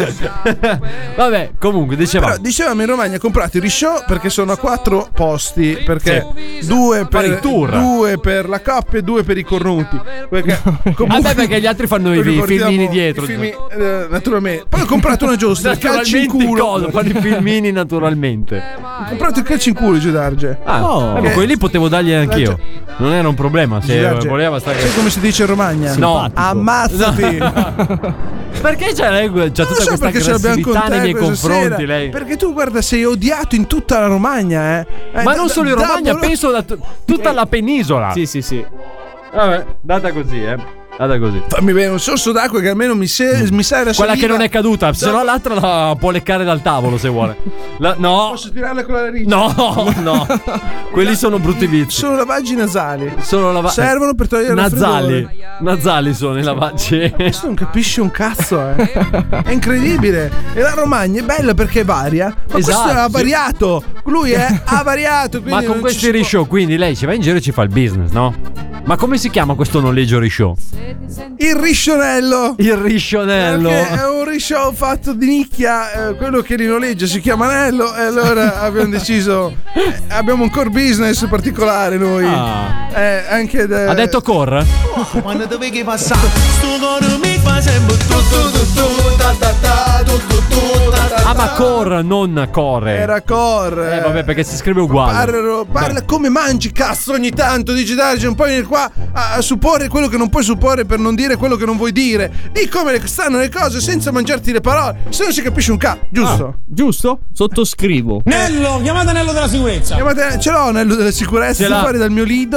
Vabbè, comunque, dicevamo. Però dicevamo in Romagna comprate i rishow perché sono a quattro posti. Perché due, Fare il per, tour. due per la coppia e due per i cornuti. Perché comunque Vabbè, perché gli altri fanno i, i ricordiamo filmini dietro. i filmi, eh, naturalmente. Poi ho comprato una giostra, il calcio in Naturalmente culo. cosa? Fanno i filmini naturalmente. Ho comprato il calcio in culo, Gidarge. Ah, Oh. eh, ma quelli lì potevo dargli anch'io. Non era un problema. Se Gidarge, voleva stare. sai come si dice in Romagna? No. Ammazzati. Perché c'è lei? C'ha Non tutta so questa perché ce l'abbiamo con aggressività te nei miei questa confronti. sera. Lei. Perché tu, guarda, sei odiato in tutta la Romagna, eh. Eh, Ma da- non solo in da- Romagna, da- penso da t- tutta la penisola. Sì, sì, sì. Vabbè, data così, eh. Data così. Fammi bere un sorso d'acqua che almeno mi, se- mi sa la Quella saliva. che non è caduta, se no l'altra la può leccare dal tavolo se vuole. La- no, Posso tirarla con la narice? no, no. Quelli sono brutti vizi. Sono lavaggi nasali. Sono lava- Servono per togliere il Nasali. raffreddore. Nasali sono i lavaggi. Questo non capisce un cazzo, eh. È incredibile. E la Romagna è bella perché è varia. Ma Esatto, questo è sì. avariato. Lui è avariato. Ma quindi con non questi ci si può- rishow, quindi lei ci va in giro e ci fa il business, no? Ma come si chiama questo noleggio rishow? Il riscionello. Il riscionello. Perché è un rishow fatto di nicchia. eh, quello che li noleggia si chiama Anello. E allora abbiamo deciso. eh, abbiamo un core business particolare noi. Ah. Eh, anche da- Ha detto Cor? Quando te vedi passare, sto cuore mi fa sempre tu tu tu tu ta ta ta tu tu tu ta ta. Ah, ma Cor, non Core. Era core. Eh, vabbè, perché si scrive uguale. Parlo- parla come mangi, cazzo, ogni tanto. Dici Darge, non puoi venire qua a, a supporre quello che non puoi supporre per non dire quello che non vuoi dire. Di come le- stanno le cose senza mangiarti le parole. Se non si capisce un cazzo, giusto? Ah, giusto? Sottoscrivo. Nello, chiamate Nello della sicurezza. Chiamate- ce l'ho Anello della sicurezza Ce l'ha. fuori dal mio lido.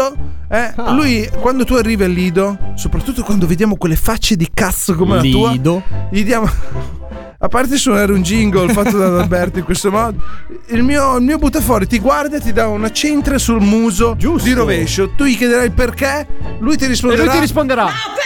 Eh, lui, quando tu arrivi al Lido, soprattutto quando vediamo quelle facce di cazzo come la tua, Lido. gli diamo. A parte suonare un jingle fatto da Alberto in questo modo, il mio, il mio buttafuori ti guarda e ti dà una centra sul muso. Giusto. Di rovescio. Tu gli chiederai il perché, lui ti risponderà. E lui ti risponderà.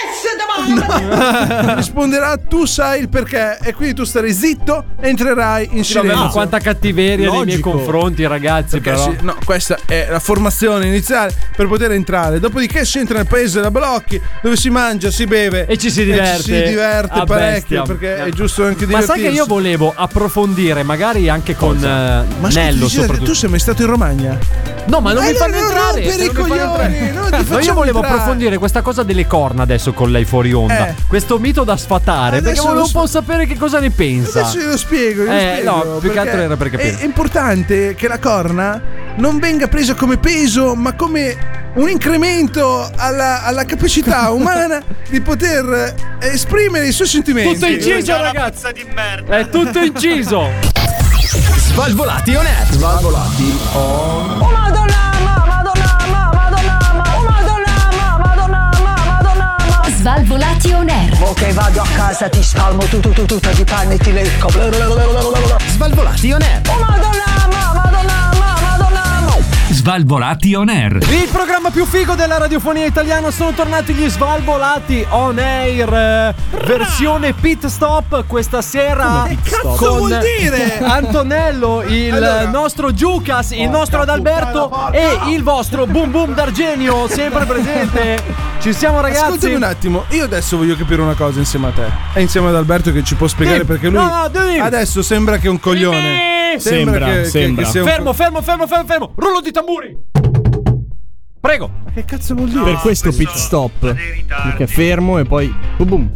No. Risponderà, tu sai il perché, e quindi tu starai zitto e entrerai in Sì, silenzio. vabbè, ma quanta cattiveria nei miei confronti, ragazzi. Perché però. sì, no, questa è la formazione iniziale per poter entrare. Dopodiché si entra nel paese della Balocchi, dove si mangia, si beve E ci si diverte. e ci si diverte A parecchio, bestia. perché è giusto anche Ma divertirsi. sai che io volevo approfondire, magari anche con eh, Ma Nello scusa, soprattutto. tu sei mai stato in Romagna? No, ma non Eh, mi fanno non entrare. rompere se i non mi fanno coglioni, entrare. non ti No, io facciamo volevo entrare. approfondire questa cosa delle corna adesso con lei fuori onda. Eh. Questo mito da sfatare, perché Adesso volevo lo un po' sapere che cosa ne pensa. Adesso glielo spiego, glielo Eh, spiego, no, più che perché altro era per capire. È importante che la corna non venga presa come peso, ma come un incremento alla, alla capacità umana di poter esprimere i suoi sentimenti. Tutto inciso, ragazzi. È tutto inciso. Svalvolati on air. Svalvolati on. Oh madonna, ma, madonna, ma, madonna, ma, oh madonna, ma, madonna, ma, madonna, ma. Svalvolati on air. Ok, vado a casa, ti spalmo tu tu tu tutta di panni e ti lecco. Svalvolati on air. Oh madonna, ma, madonna, ma, madonna, ma. Svalvolati on air. Il programma più figo della radiofonia italiana, sono tornati gli Svalvolati on air, eh, versione pit stop questa sera. Che cazzo con vuol dire? Antonello, il Allora. nostro Giucas, il Porca nostro Adalberto puttana, e il vostro Boom Boom D'Argenio, sempre presente. Ci siamo, ragazzi. Ascoltami un attimo, io adesso voglio capire una cosa insieme a te e insieme ad Alberto che ci può spiegare, Dimmi. perché lui No, no, dimmi. adesso sembra che è un coglione. Sembra, che, sembra. Che, che sia un Fermo, fermo, fermo, fermo, fermo. Rullo di tamburi. Prego. Che cazzo vuol dire? Per questo pit stop. Perché fermo e poi. Boom boom.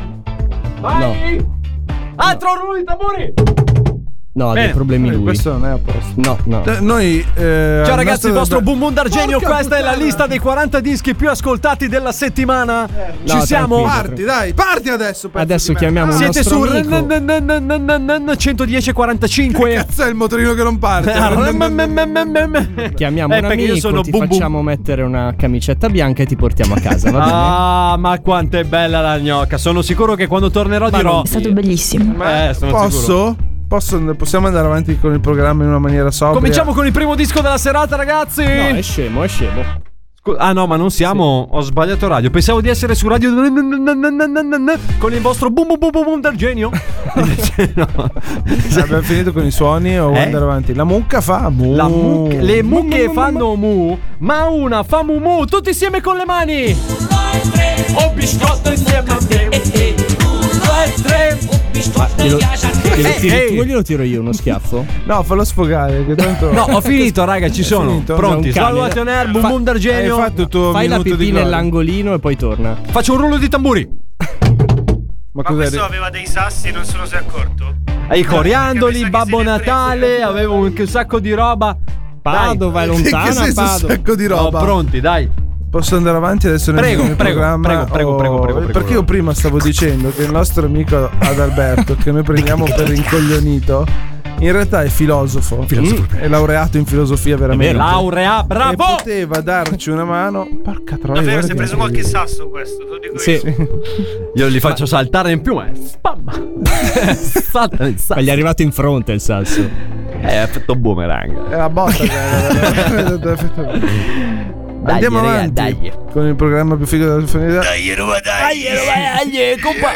Vai. Altro rullo di tamburi. No, ha dei Bene. problemi Eh, lui. questo non è a posto. No, no. Eh, Noi eh, Ciao al ragazzi, il vostro Boom Boom D'Argenio, Porca questa è la puttana. lista dei quaranta dischi più ascoltati della settimana. Ci No, siamo. tranquillo. Parti, dai, parti adesso. pezzo Adesso di chiamiamo merda. il Siete nostro su amico. centodieci quarantacinque. Cazzo è il motorino che non parte? Chiamiamo Eh, un perché io amico, sono ti boom boom. facciamo mettere una camicetta bianca e ti portiamo a casa, va bene? Ah, ma quanto è bella la gnocca. Sono sicuro che quando tornerò dirò. È stato bellissimo. Eh, sono sicuro. Posso? Posso? Possiamo andare avanti con il programma in una maniera sobria? Cominciamo con il primo disco della serata, ragazzi. No, è scemo, è scemo. Scu- Ah no, ma non siamo. Ho sbagliato radio. Pensavo di essere su radio con il vostro boom boom boom boom boom D'Argenio. Invece no. Abbiamo finito con i suoni o vuoi Eh? andare avanti? La mucca fa mu. La mucca- le Mu, mucche mu, mu, fanno mu, ma una fa mu mu. Tutti insieme con le mani. Ho biscotto insieme a te. Uno, due, tre. Glielo, glielo Ehi, tiri ehi. tu o glielo tiro io uno schiaffo? No, fallo sfogare. Che tanto... No, ho finito, raga, ci sono. finito? Pronti. Un cane. Svalvolati on air, boom Fa- boom D'Argenio. Hai fatto il tuo Fai la minuto di pipì gloria. nell'angolino e poi torna. Faccio un rullo di tamburi. Ma Ma cos'è? questo aveva dei sassi e non se ne sei accorto? Ai coriandoli, Perché mi sa che Babbo se ne frega. Natale, avevo un sacco di roba. Padova è Che lontana, senso un Padova. sacco di Oh, roba. pronti, dai. Posso andare avanti adesso nel Prego, nel prego, programma? prego, prego, o- prego, prego, prego, Perché io prima stavo dicendo che il nostro amico Adalberto, che noi prendiamo per incoglionito, in realtà è filosofo. Filosofo. È laureato in filosofia veramente. vero. Laurea, E bravo. poteva darci una mano. Porca troia. Davvero, guarda si è che- preso qualche sasso questo, te lo dico Sì. io. Io li faccio saltare in più, eh. Spam. Salta nel Ma sasso. gli è arrivato in fronte il sasso. Eh, effetto boomerang. È la botta che Dai, Andiamo raga, avanti dai. con il programma più figo della telefonia. Dai, roba, dai. Dai, compa.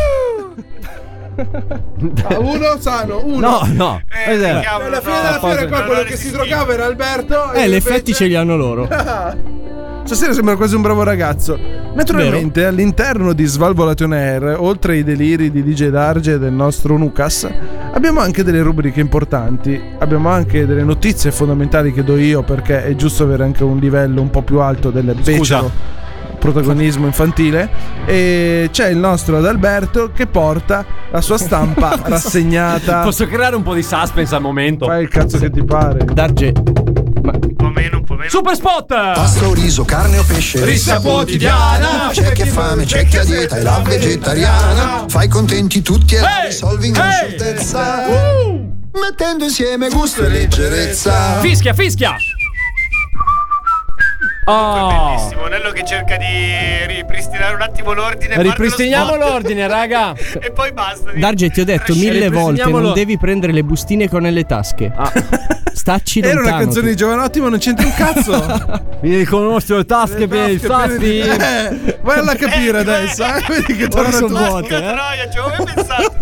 Ah, uno sano, uno. No, no. Eh, Cos'era? cavolo, Alla fine no, della fiera qua non quello ho che si resistito. drogava era Alberto. Eh, e gli invece- effetti ce li hanno loro. Stasera sembra quasi un bravo ragazzo. Naturalmente all'interno di Svalvolation Air, oltre ai deliri di D J Darge e del nostro Nucas, abbiamo anche delle rubriche importanti. Abbiamo anche delle notizie fondamentali che do io, perché è giusto avere anche un livello un po' più alto del becero protagonismo infantile. E c'è il nostro Adalberto che porta la sua stampa rassegnata. Posso creare un po' di suspense al momento? Fai il cazzo che ti pare. Darge. Ma Un po' meno, un po' meno. Super spot! Pasta o riso, carne o pesce, Rissa quotidiana. C'è chi ha fame, c'è chi ha dieta e la vegetariana. Fai contenti tutti e la Hey! risolvi in Hey! scioltezza. Uh! Mettendo insieme gusto e leggerezza. Fischia, fischia! Oh. Bellissimo, Nello che cerca di ripristinare un attimo l'ordine. Ripristiniamo l'ordine, raga. E poi basta. Darge, ti ho detto mille volte: non lo... devi prendere le bustine con nelle tasche. Ah. Stacci Era lontano. una canzone tu. di Giovanotti, ma non c'entra un cazzo. Mi riconosco le tasche per i sassi. Eh, vai a capire adesso. Eh? Vedi che ora sono tutto. vuote. Eh? Troia, ci avevo pensato.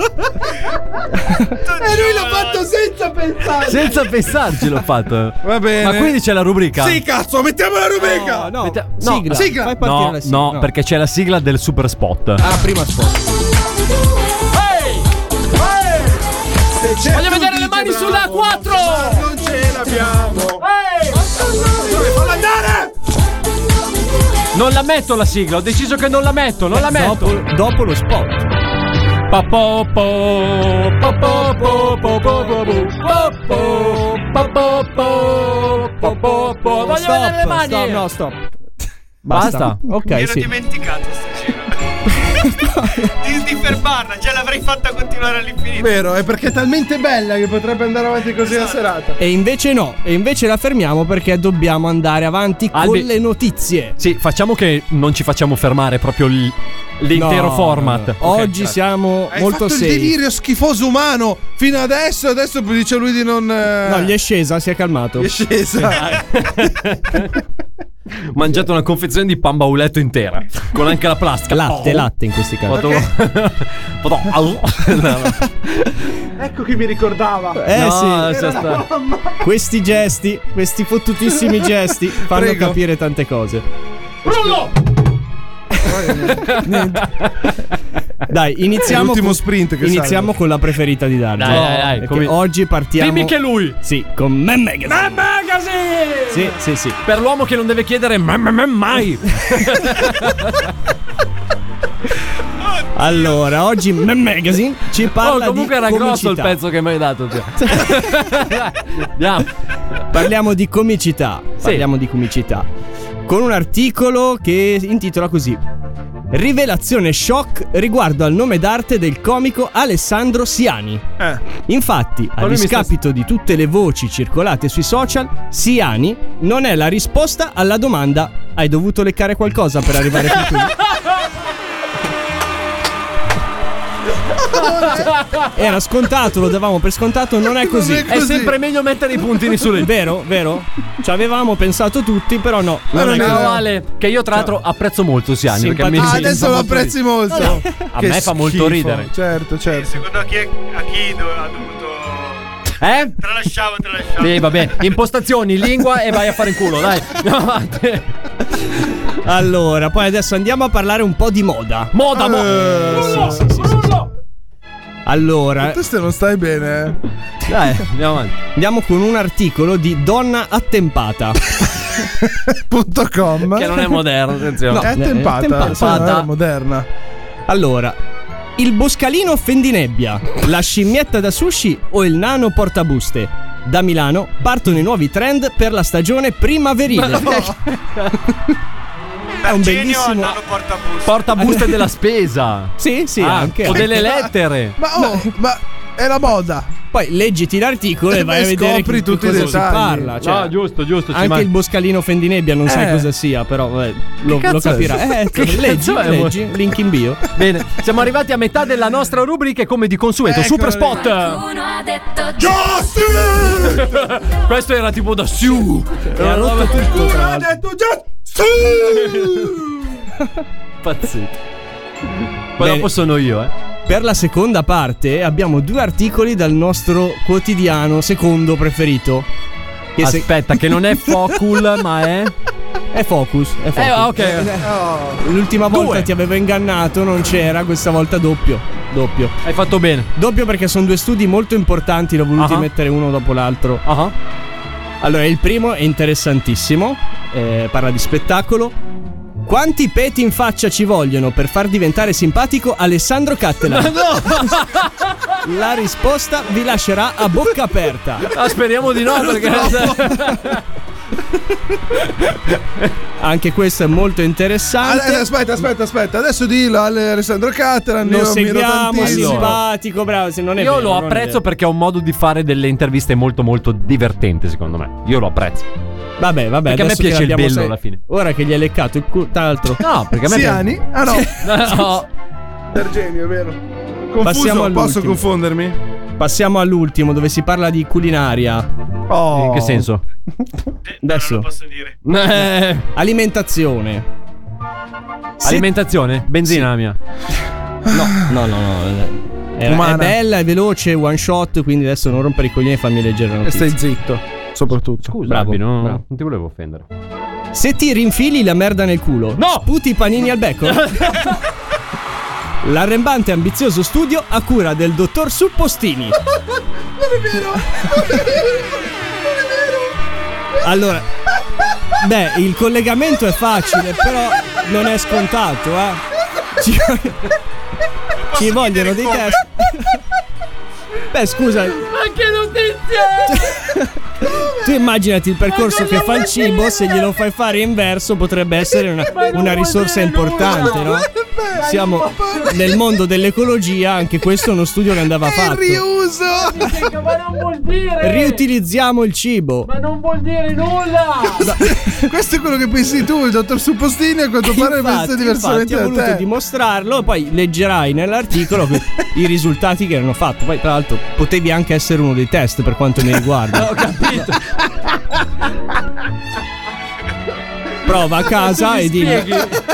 E lui l'ha fatto senza pensare. Senza pensarci l'ho fatto. Va bene. Ma quindi c'è la rubrica? Sì, cazzo, mettiamo la rubrica. No, no. Mette... no. Sigla. sigla. Fai partire No, la sigla. no, perché c'è la sigla del super spot. Ah, prima spot. Voglio vedere le mani sulla quattro. Non ce l'abbiamo. Dove falla andare? Non la metto la sigla, ho deciso che non la metto, non la metto. Dopo, dopo lo spot. Papo po papo po papo po papo po. Voglio Stop, vedere le mani. Stop, no, stop. Basta. Ok, Mi ero sì. dimenticato stasera di, di fermarla, già l'avrei fatta continuare all'infinito. Vero, è perché è talmente bella che potrebbe andare avanti così la serata. E invece no, e invece la fermiamo perché dobbiamo andare avanti Albi- con le notizie. Sì, facciamo che non ci facciamo fermare proprio l- l'intero No, format. no, no. Ok. Oggi siamo Hai molto fatto seri. il delirio schifoso umano fino adesso. Adesso dice lui di non. No, gli è scesa, si è calmato. Gli è scesa. Ho mangiato una confezione di pan bauletto intera, con anche la plastica. Latte, Oh. latte in questi casi. Okay. No, no. Ecco chi mi ricordava. Eh No, sì, lascia stare. questi gesti, questi fottutissimi gesti fanno Prego. capire tante cose. Dai, iniziamo L'ultimo con, sprint che iniziamo salva. con la preferita di Darge. Dai, dai, dai, Perché come- oggi partiamo. Dimmi che lui. Sì, con Me Magazine. Man Magazine! Sì, sì, sì. Per l'uomo che non deve chiedere man, man, man, mai. Allora, oggi Me Magazine ci parla Oh, comunque di era grosso il comicità. pezzo che mi hai dato. Cioè. Andiamo. Parliamo di comicità. Parliamo di comicità. Con un articolo che intitola così: Rivelazione shock riguardo al nome d'arte del comico Alessandro Siani. Eh. Infatti, a lui mi sta- discapito di tutte le voci circolate sui social, Siani non è la risposta alla domanda: hai dovuto leccare qualcosa per arrivare fin qui? Era scontato, lo davamo per scontato, non è così. Non è È sempre meglio mettere i puntini sulle. Vero, vero? Ci avevamo pensato tutti, però no. Ma non non è è- così. Ciao Ale, che io tra l'altro apprezzo molto Siani perché mi, Ah, Sì, adesso fa lo molto apprezzi molto. A Che me fa molto schifo. ridere. Certo, certo. Secondo chi, è, a chi do- ha dovuto. Eh? Tralasciavo, tralasciavo. Sì, vabbè, impostazioni, lingua e vai a fare in culo, dai. Andiamo avanti. Allora, poi adesso andiamo a parlare un po' di moda. Moda, mo- Eh, sì, sì, sì, sì, sì. Allora, Tu non stai bene, eh? Dai, andiamo avanti. andiamo con un articolo di Donna Attempata. Punto com. Che non è moderno, attenzione. È attempata, attempata. sì, non è moderna. Allora, il boscalino fendinebbia, la scimmietta da sushi o il nano portabuste? Da Milano partono i nuovi trend per la stagione primaverile. È un Genio bellissimo. andando porta bus. Porta buste della spesa. Sì, sì, Ah, anche. o delle anche. lettere. Ma oh, ma è la moda. Poi leggiti l'articolo e vai E a vedere scopri di tutti i cosa si dettagli. parla. Cioè, No, giusto, giusto. ci anche man- il boscalino fendinebbia non sai Eh. cosa sia, però vabbè, lo, cazzo lo è? capirai. Eh, Che leggi, cazzo è? leggi, link in bio. Bene, siamo arrivati a metà della nostra rubrica e come di consueto, Eccolo super lì. spot. Uno ha detto Justin! Questo era tipo da Siu. E ha rotto tutto, tra Ha l'altro. detto Justin! Pazzesco. Poi Bene. dopo sono io, eh. Per la seconda parte abbiamo due articoli dal nostro quotidiano secondo preferito. Che se- Aspetta, che non è Focul, ma è. è Focus, è Focus. Eh, ok. L'ultima volta Due. ti avevo ingannato, non c'era, questa volta doppio. Doppio. Hai fatto bene. Doppio perché sono due studi molto importanti, l'ho voluti Ah. mettere uno dopo l'altro. Ah. Allora, il primo è interessantissimo, eh, parla di spettacolo. Quanti peti in faccia ci vogliono per far diventare simpatico Alessandro Cattelan? La risposta vi lascerà a bocca aperta. Ah, speriamo di no, perché. Anche questo è molto interessante. Aspetta, aspetta, aspetta. Adesso dillo Alessandro Cattelan. Lo seguiamo, è simpatico, bravo. Se non è Io vero, lo non è apprezzo vero. perché è un modo di fare delle interviste molto molto divertente, secondo me. Io lo apprezzo. Vabbè, vabbè. Perché a me adesso piace che il l'abbiamo bello sai- alla fine. Ora che gli hai leccato il culo, tra l'altro. No, perché a me Siani? piace. Ah no. No. Argenio, è vero. Confuso, Passiamo all'ultimo. posso confondermi? Passiamo all'ultimo, dove si parla di culinaria. Oh. In che senso? Adesso. Non lo posso dire. Eh, Alimentazione. alimentazione? Benzina la mia. No, no, no, no. È, è Umana. bella, è veloce, one shot, quindi adesso non rompere i coglioni e fammi leggere la E notizia. stai zitto, soprattutto. Scusa, Bravo, Albi, no, bravo. non ti volevo offendere. Se ti rinfili la merda nel culo, No! sputi i panini al becco? L'arrembante e ambizioso studio a cura del dottor Suppostini. Non è vero. Allora, beh, il collegamento è facile, però non è scontato, eh. Ci, ci vogliono dei test. Beh, scusa. Ma che notizia! Tu immaginati il percorso che fa il cibo, se glielo fai fare inverso potrebbe essere una, una risorsa importante, no? Siamo nel mondo dell'ecologia, anche questo è uno studio che andava fatto. Riuso. Ma non vuol dire! Riutilizziamo il cibo. Ma non vuol dire nulla! Questo è quello che pensi tu, il dottor Suppostini, a quanto pare Infatti, pensa diversamente infatti, ho da voluto te. dimostrarlo. Poi leggerai nell'articolo que- i risultati che hanno fatto. Poi, tra l'altro, potevi anche essere uno dei test per quanto mi riguarda. Ho capito. Prova a casa e dimmi. Che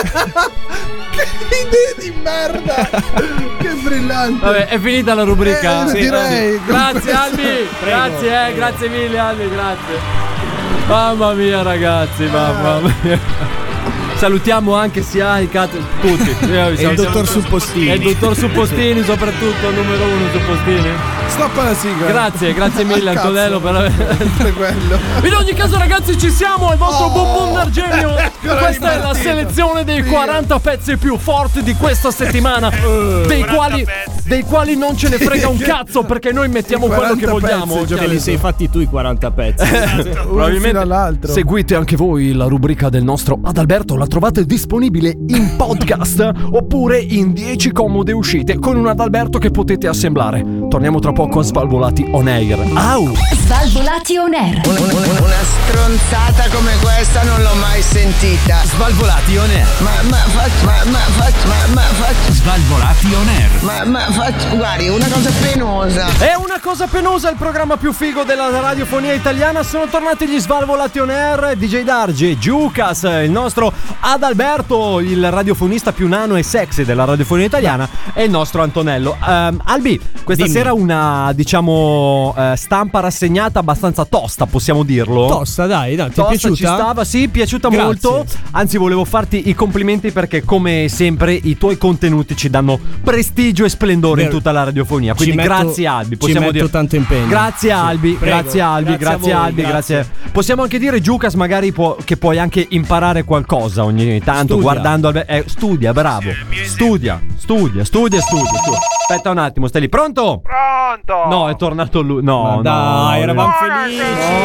idee di merda. Che brillante. Vabbè, è finita la rubrica. Eh, Sì, direi. Grazie Albi. Grazie, eh, grazie mille Albi, grazie. Mamma mia ragazzi, mamma mia. Salutiamo anche sia i cat tutti. E il dottor Suppostini. E il dottor Suppostini, soprattutto il numero uno Suppostini. Stoppa la sigla. Grazie, grazie mille Al Antonello per cazzo. quello. In ogni caso ragazzi ci siamo, il vostro Oh, Buon Argenio. ancora Questa è la ripartito. selezione dei Dio. quaranta pezzi più forti di questa settimana, dei quali, dei quali non ce ne frega un cazzo perché noi mettiamo quello che quaranta vogliamo. pezzi, Che li sei fatti tu i quaranta pezzi. Uno fino all'altro. Seguite anche voi la rubrica del nostro Adalberto, la trovate disponibile in podcast oppure in dieci comode uscite con un Adalberto che potete assemblare. Torniamo tra poco a Svalvolati on air. Au! Svalvolati on air. Una, una- una stronzata come questa non l'ho mai sentita. Svalvolati on air. Ma, ma, faccio, ma, ma, faccio, ma, ma, faccio, Svalvolati on air. ma, ma, faccio, guardi, una cosa penosa. È una cosa penosa, il programma più figo della radiofonia italiana. Sono tornati gli Svalvolati on air, D J Darge, Giucas, il nostro Adalberto, il radiofonista più nano e sexy della radiofonia italiana, e il nostro Antonello. Ehm, Albi, questa Dimmi. sera una, diciamo, eh, stampa rassegnata abbastanza tosta, possiamo dirlo. Tosta, dai, dai, ti è Tosta, piaciuta? ci stava, sì, piaciuta Grazie. molto. Anzi, volevo farti i complimenti perché, come sempre, i tuoi contenuti ci danno prestigio e splendore Vero. in tutta la radiofonia. Quindi, Ci metto- grazie, Albi. ci Possiamo metto dire tanto impegno. Grazie, Sì, Albi. prego. Grazie, Albi. Grazie Grazie, a voi, Albi. grazie. Grazie. Possiamo anche dire, Giucas, magari può, che puoi anche imparare qualcosa ogni tanto Studia. guardando. Al, eh, studia, bravo. Studia, studia, studia, studia, studia. Aspetta un attimo, stai lì. Pronto? Pronto? No, è tornato lui. No, Ma no. dai, no. eravamo Buonasera.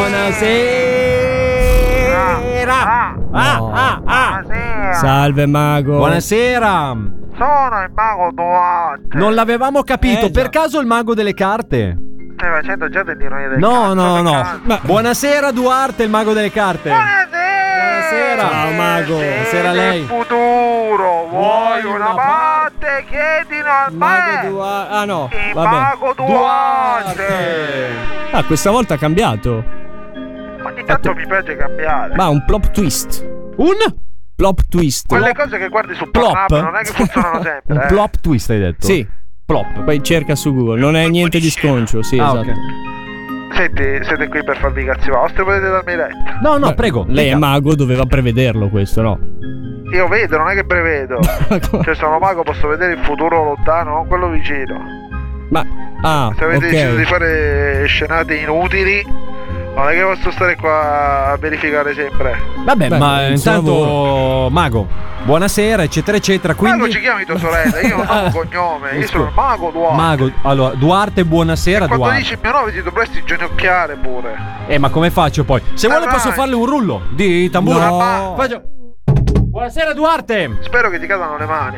Buonasera. Ah, ah, ah. Buonasera. Salve, mago. Buonasera. Sono il mago Duarte. Non l'avevamo capito. Eh, già. Per caso il mago delle carte? Stai facendo già dell'ironia del No, cazzo, no, che no. cazzo. Ma buonasera Duarte, il mago delle carte. Buonasera. Ciao, mago. Buonasera a lei. Del futuro. Vuoi una parte? Chiedilo al Mago me. Duarte. Ah, no. Il Vabbè. mago Duarte. Ah, questa volta ha cambiato. Ogni tanto mi piace cambiare. Ma un plop twist. Un Plop twist. Quelle cose che guardi su plop. Pornhub non è che funzionano Un sempre. eh. plop twist hai detto? Sì. Plop. Poi cerca su Google. Non è niente di sconcio. Sì, Ah, esatto. ok. Senti, siete qui per farvi i cazzi vostri, potete darmi retta. No, no, Beh, prego. Lei è dica. mago, doveva prevederlo questo, no? Io vedo, non è che prevedo. Cioè, sono mago, posso vedere il futuro lontano, non quello vicino. Ma ah, Se avete deciso di ok. fare scenate inutili, Non è che posso stare qua a verificare sempre. Vabbè, Beh, ma il suo intanto lavoro. Mago, buonasera, eccetera, eccetera. Quindi Mago ci chiami tua sorella, io non ho un cognome, io sono il Mago Duarte. Mago, allora, Duarte, buonasera, Quando Duarte. dici il mio nome ti dovresti inginocchiare pure. Eh, ma come faccio poi? Se vuole vai. posso farle un rullo di tamburo. No. Faccio... Buonasera, Duarte. Spero che ti cadano le mani.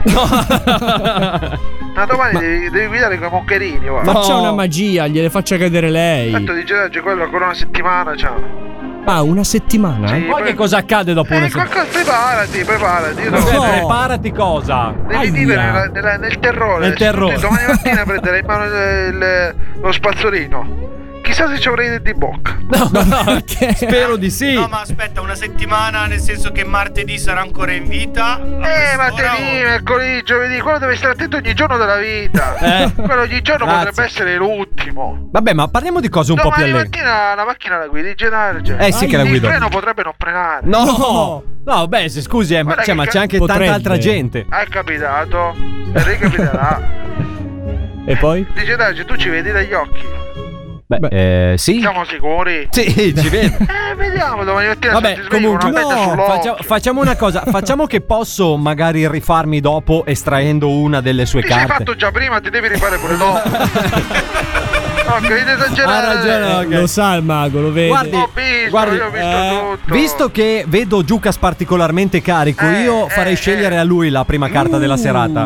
Ma domani devi, devi guidare con i moccherini, guarda. Faccia una magia, gliele faccia cadere lei. Tanto dice oggi quello ancora una settimana, ciao. Ah, una settimana? Sì, Poi poi- che cosa accade dopo Eh, una settimana? qualcosa, preparati, preparati. Io Cioè, devo- preparati cosa? Devi Aia. vivere nella- nella- nel terrore. Nel terrore. Domani mattina prenderai in mano il- il- lo spazzolino. Chissà se ci avrei denti in bocca. Spero di sì. No, ma aspetta, una settimana, nel senso che martedì sarà ancora in vita. Eh, martedì, mercoledì, giovedì, quello deve stare attento ogni giorno della vita. Eh. Quello ogni giorno Grazie. potrebbe essere l'ultimo. Vabbè, ma parliamo di cose un po' più Domani allegre. mattina la macchina la guidi, Gedarge. Eh, sì che la guido. Il freno potrebbe non frenare. No, no, beh, se scusi, eh, ma, Guarda cioè, che ma ca- c'è anche Potrebbe. tanta altra gente. È capitato. E ricapiterà. E poi? Dice Darge, tu ci vedi dagli occhi. Beh, eh, sì. Siamo sicuri? Sì, ci vedo. Eh, vediamo domani mattina. se Vabbè, ti svegli con comunque, una pezza no, sull'occhio. faccia- facciamo una cosa. Facciamo che posso magari rifarmi dopo estraendo una delle sue Ti sei carte. fatto già prima, ti devi rifare pure dopo. No, che devi esagerare. Ha ragione, ok. Lo sa il mago, lo vede. Guardi, Ho visto, guardi, io ho visto eh, tutto. visto che vedo Giucas particolarmente carico, Eh, io eh, farei eh. scegliere a lui la prima carta della serata.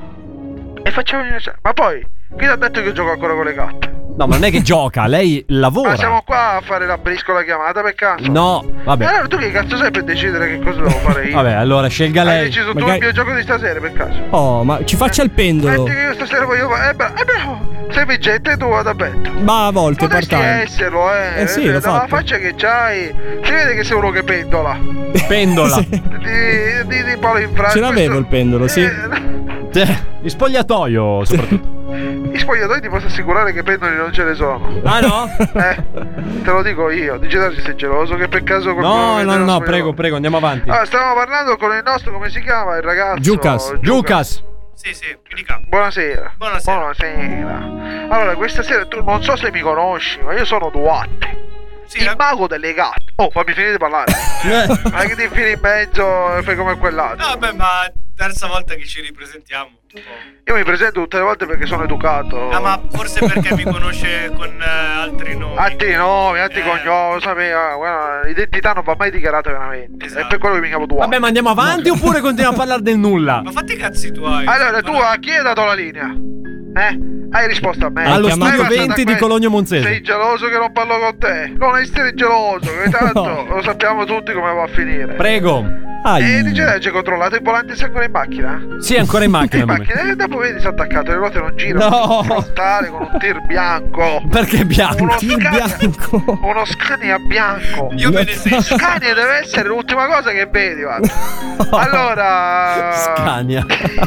E facciamo Ma poi, chi ti ha detto che io gioco ancora con le carte? No, ma non è che gioca, lei lavora. Ma siamo qua a fare la briscola chiamata per caso? No, vabbè. E allora tu che cazzo sei per decidere che cosa devo fare io? Vabbè, allora scelga Hai lei. deciso tu Magari- il mio gioco di stasera per caso? Oh, ma ci faccia il pendolo. Metti che io stasera voglio fare. Eh, beh, eh, beh, sei vincente e tu vado a betto. Ma a volte Potresti part-time. esserlo, eh. Eh sì, Eh, l'ho dalla fatto. faccia che c'hai. Si vede che sei uno che pendola. Pendola. Sì. Di, di, di palo in frasco. Ce l'avevo il pendolo, sì. Cioè, di spogliatoio, soprattutto. I spogliatoi ti posso assicurare che pendoli non ce ne sono. Ah, no? Eh, te lo dico io. Dice Darci, sei geloso che per caso qualcuno No, vede no, lo no, spogliatoio? prego, prego, andiamo avanti. Allora, stavamo parlando con il nostro, come si chiama, il ragazzo? Giucas. Giucas. Sì, sì, mi dica. Buonasera. Buonasera. Buonasera. Allora, questa sera tu non so se mi conosci, ma io sono Duarte. Sì, il la- mago delle gatte. Oh, fammi finire di parlare. Ma che ti infili in mezzo e fai come quell'altro? No, beh, ma terza volta che ci ripresentiamo. Io mi presento tutte le volte perché sono educato. Ah, ma forse perché mi conosce con eh, altri nomi. Altri nomi, altri Eh. cognomi, lo sapeva, guarda, l'identità non va mai dichiarata veramente. Esatto. È per quello che mi chiamo Duarte. Vabbè, ma andiamo avanti oppure continuiamo a parlare del nulla? Ma fatti i cazzi tuoi. Allora, tu a chi hai dato la linea? Eh? Hai risposto a me. Allo Hai studio passato venti a di que- Cologno Monzese. Sei geloso che non parlo con te? Non essere geloso, che tanto lo sappiamo tutti come va a finire. Prego. E dice lei, c'è controllato il volante se è ancora in macchina? Sì, è ancora in macchina. In macchina, e dopo vedi si è attaccato, le ruote non girano. No. Frontale con un tir bianco. Perché bianco? Uno Tir Scania, bianco. uno Scania bianco. Io me ne sento. Scania deve essere l'ultima cosa che vedi, guarda. Allora. Scania.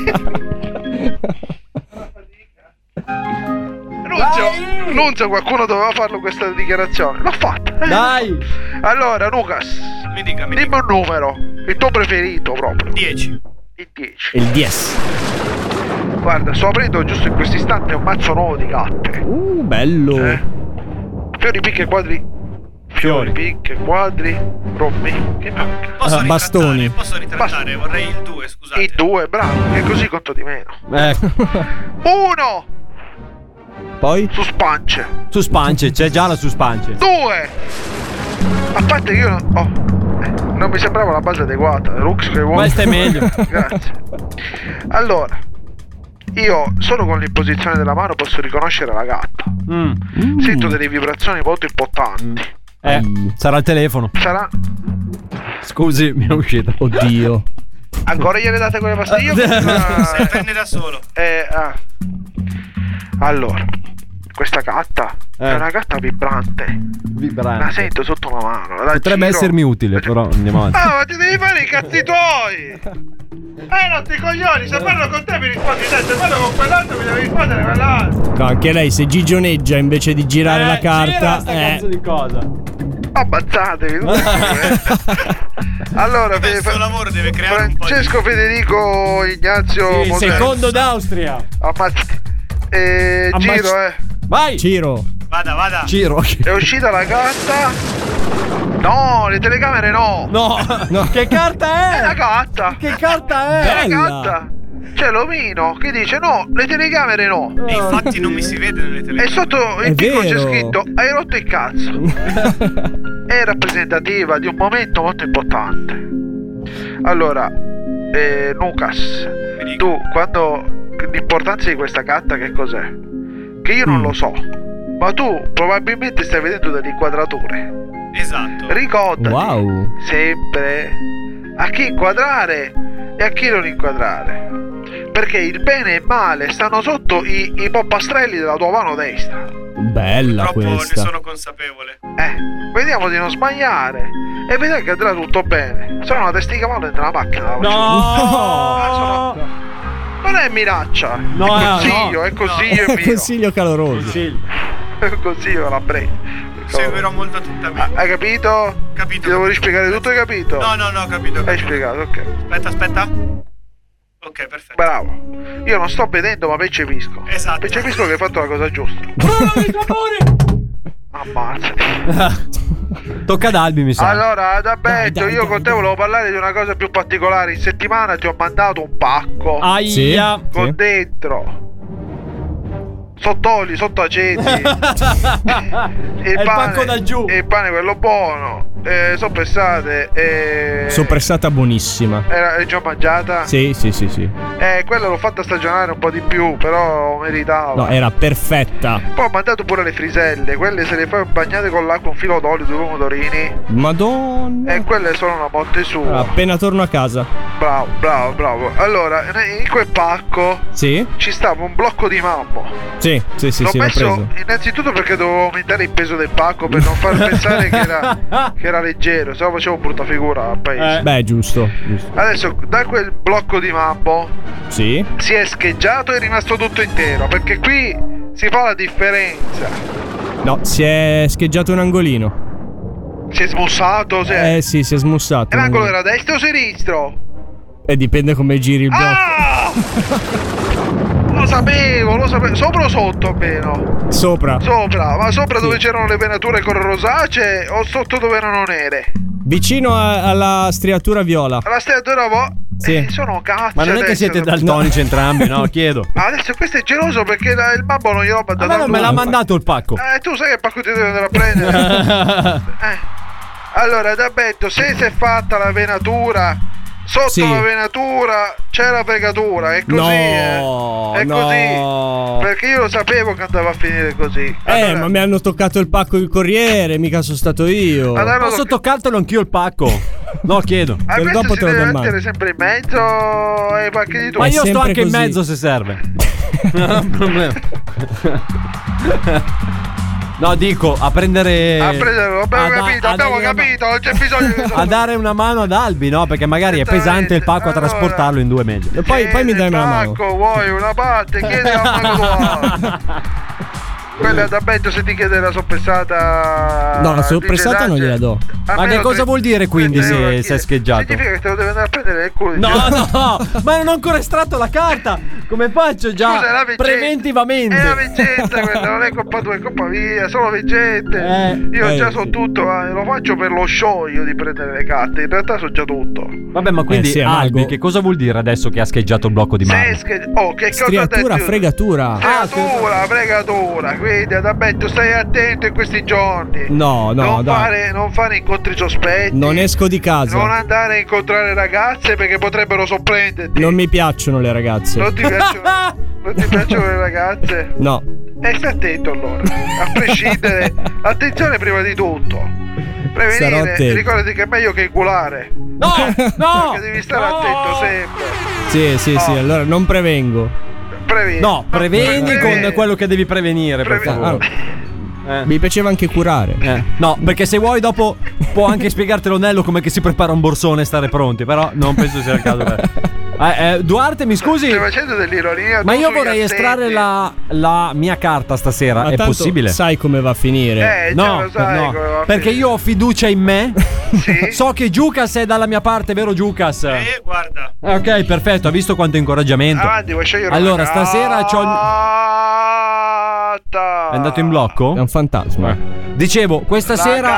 Nunzio, Nunzio, qualcuno doveva farlo questa dichiarazione. L'ho fatta. eh. Dai. Allora, Lucas, Mi dica, mi dimmi dica. un numero. Il tuo preferito proprio. dieci. Il dieci. Il dieci. Guarda, sto aprendo giusto in questo istante un mazzo nuovo di gatte. Uh, bello. Eh? Fiori, picche, quadri. Fiori, picche, quadri. Rommi. Che manca? Posso Ah, bastoni. ritrattare? Posso ritrattare? Vorrei il due, scusate. I due, bravo, che così conto di meno. Ecco. Uno! Poi? Su spance. Su spance, c'è già la su spance. Due! A parte che io non. Oh, eh, non mi sembrava la base adeguata. Lux che vuoi. Questa è meglio. Grazie. Allora, io solo con l'imposizione della mano posso riconoscere la gatta. Mm. Sento delle vibrazioni molto importanti. Eh, sarà il telefono. Sarà. Scusi, mi è uscita. Oddio. Ancora gliele date quelle pastiglie? Se prende da solo. Eh, ah. Allora, questa gatta Eh. è una gatta vibrante. Vibrante. La sento sotto la mano. La Potrebbe giro. essermi utile, però andiamo avanti. Ah, ma ti devi fare i cazzi tuoi! Eh, non ti coglioni, se parlo con te mi rispondi te, se parlo con quell'altro mi devi rispondere quell'altro. No, anche lei se gigioneggia invece di girare Eh, la carta. gira sta Eh. cazzo di cosa? Ammazzatevi tutti. Allora, Beh, il Fe- suo lavoro deve creare un po' di... Francesco Federico Ignazio Sì, Moser. secondo d'Austria. Ammazz- eh, Ammazz- Giro, eh. Vai. Ciro. Vada, vada. Ciro. È uscita la carta. No, le telecamere no. No, no. Che carta è? È una carta. Che carta è? È una carta. C'è l'omino che dice no, le telecamere no. E infatti non mi si vede nelle telecamere. E sotto È in piccolo c'è vero. scritto hai rotto il cazzo. È rappresentativa di un momento molto importante. Allora, eh, Lucas, tu quando l'importanza di questa carta che cos'è? Che io non Mm. lo so, ma tu probabilmente stai vedendo delle inquadrature. Esatto. Ricordati Wow. sempre a chi inquadrare e a chi non inquadrare, perché il bene e il male stanno sotto i, i poppastrelli della tua mano destra. Bella Purtroppo ne questa. sono consapevole. Eh, vediamo di non sbagliare e vedrai che andrà tutto bene. Sono una testa di cavallo dentro la macchina. La faccio. Ah, sono- Non è minaccia, No, è no, consiglio, no. è consiglio è mio. Consiglio caloroso. È un consiglio alla presa. Seguirò molto attentamente. Hai capito? Capito. Ti devo rispiegare tutto, hai capito? No, no, no, capito. Hai spiegato, ok. Aspetta, aspetta. Ok, perfetto. Bravo. Io non sto vedendo, ma percepisco. Esatto. Percepisco che hai fatto la cosa giusta. Ammazzati. Tocca ad Albi, mi sa. Allora, Adalberto, Dai, dai, io dai, con te dai. volevo parlare di una cosa più particolare. In settimana ti ho mandato un pacco Aia. con Sì. dentro sottoli, sottaceti. È il pacco da giù. E il pane quello buono. Eh, soppressate. E... Soppressata buonissima. Era l'hai già mangiata? Sì, sì, sì, sì. Eh, quella l'ho fatta stagionare un po' di più, però meritava. No, era perfetta. Poi ho mandato pure le friselle, quelle se le fai bagnate con l'acqua, un filo d'olio, due pomodorini. Madonna. E quelle sono una botte sua. Appena torno a casa. Bravo, bravo, bravo. Allora, in quel pacco Sì? ci stava un blocco di mammo. Sì, sì, sì, l'ho sì, l'ho messo preso. innanzitutto perché dovevo aumentare il peso del pacco per non far pensare che era, che era leggero, se no facevo brutta figura al paese. Eh. Beh, giusto, giusto. Adesso da quel blocco di mammo Sì? si è scheggiato e è rimasto tutto intero, perché qui si fa la differenza. No, si è scheggiato un angolino. Si è smussato, si è... Eh sì, si è smussato. E l'angolo era destro o sinistro? E dipende come giri il blocco. Ah! Lo sapevo, lo sapevo. Sopra o sotto almeno? Sopra. Sopra, ma sopra Sì. dove c'erano le venature con rosacee o sotto dove erano nere? Vicino a- alla striatura viola. La steatura vo... Sì. Eh, sono cazzi. Ma non è che adesso. siete daltonici entrambi, no? Chiedo. Adesso questo è geloso perché la- il babbo non gliel'ho A mandato me non me l'ha lui. mandato il pacco. Eh, tu sai che pacco ti devi andare a prendere? eh. Allora, Dabetto, se si è fatta la venatura, sotto Sì. la venatura c'è la fregatura, è così, No, eh. È no. così. Perché io lo sapevo che andava a finire così. Eh, ma mi hanno toccato il pacco il corriere, mica sono stato io. Allora, Posso toccartelo anch'io il pacco? No, chiedo. A Per questo dopo si te lo deve do in mano. mettere sempre in mezzo ai pacchi di tu. Ma io sto sempre anche in così. mezzo se serve. Non ho problema. No, dico, a prendere. A prenderlo, abbiamo a da- capito, a abbiamo dare una- capito, non c'è bisogno che A dare una mano ad Albi, no? Perché magari è pesante il pacco, a Allora. trasportarlo in due meglio. E poi, poi mi dai una mano. Pacco, vuoi una parte? Chiedi la mano tua. Quella da Betto se ti chiede la soppressata. No, la soppressata non gliela do. Ma che cosa vuol dire quindi se si è scheggiato? Significa che te lo deve andare a prendere nel culo di No, gente. no, ma non ho ancora estratto la carta. Come faccio già? Scusa, è la veggente. Preventivamente. È la veggente quella, non è colpa tua, è colpa mia, sono veggente. Eh, io eh, già sì. so tutto, ma lo faccio per lo show io di prendere le carte. In realtà so già tutto. Vabbè, ma quindi Eh, sì, è Albi, mago. che cosa vuol dire adesso che ha scheggiato il blocco di Se marmo? sch- oh, che cosa ha Striatura, detto? fregatura. Fregatura, fregatura. Quindi Adalberto, stai attento in questi giorni. No, no, non dai. fare, non fare incontri sospetti. Non esco di casa. Non andare a incontrare ragazze perché potrebbero sorprenderti. Non mi piacciono le ragazze. Non ti piacciono, non ti piacciono le ragazze? No. E stai attento allora. A prescindere, attenzione prima di tutto. Sarò Prevenire, attento. ricordati che è meglio che inculare. No, no. Perché devi stare no. attento sempre. Sì, sì, sì, No. allora non prevengo. Previeni. No, preveni Previeni. con quello che devi prevenire, per Previeni. favore. Eh. Mi piaceva anche curare. Eh. No, perché se vuoi dopo può anche spiegartelo Nello come che si prepara un borsone e stare pronti, però non penso sia il caso. Per... Eh, eh, Duarte, mi scusi, Stai facendo dell'ironia. ma tu io sugli vorrei assenti. estrarre la, la mia carta stasera, Ma è tanto possibile? sai come va a finire. Eh, già No, lo sai no, come va a perché finire. io ho fiducia in me. Sì? So che Giucas è dalla mia parte, vero Giucas? Eh, guarda. Eh, ok, perfetto, ha visto quanto incoraggiamento. Avanti, vuoi scegliere Allora, una stasera c'ho il- carta? gatta. È andato in blocco? È un fantasma. Dicevo, questa La sera.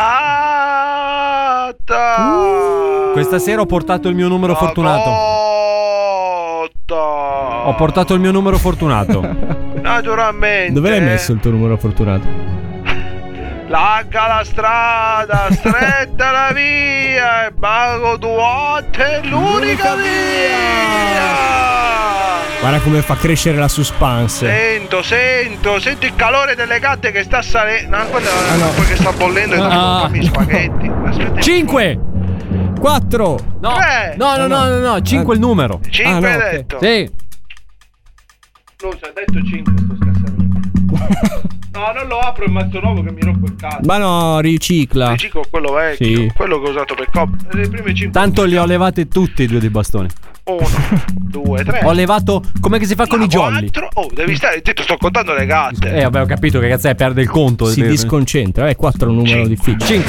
Gatta. Uh, questa sera ho portato il mio numero La fortunato. Gatta. Ho portato il mio numero fortunato. Naturalmente. Dove l'hai messo il tuo numero fortunato? Larga la strada, stretta la via, e Mago Duotte è l'unica via. Guarda come fa crescere la suspense. Sento, sento, sento il calore delle gatte che sta salendo. No, quella è no. l'acqua che sta bollendo e Ah. ah. i spaghetti. Aspetta. cinque. quattro. No. Tre. No, no, no, no, no, cinque il numero. cinque Ah, no, hai ok. detto? Sì. Scusa, hai detto cinque sto scassamento. No, non lo apro il mazzo nuovo che mi rompo il cazzo. Ma no, ricicla. Riciclo quello vecchio, Sì. quello che ho usato per cop. Le prime cinque. Tanto li ho levati tutti i due dei bastoni. Uno, due, tre. Ho levato. Com'è che si fa con i jolly? Quattro. Oh, devi stare zitto, sto contando le gatte. Eh, vabbè, ho capito che cazzo è, perde il conto. Si disconcentra. Eh, quattro è un numero difficile. cinque.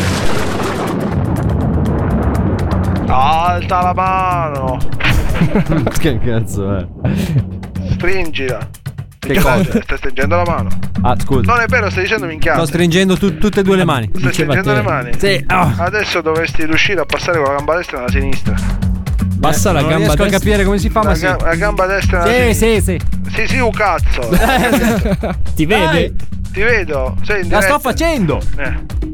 Alta la mano. Che cazzo è? Stringila. Che cosa? Stai stringendo la mano. Ah, scusa. Non è vero, stai dicendo minchiate. Sto stringendo tu- tutte e due le mani. Stai stringendo le mani? Sì. Ah. Adesso dovresti riuscire a passare con la gamba destra e la sinistra. Passa la non gamba riesco destra. a capire come si fa, La, ma sì. ga- la gamba destra e la Sì, sinistra. sì, sì. Sì, sì, un cazzo. Ti vede? Dai, Ti vedo. Sei in la diretta. sto facendo. Eh.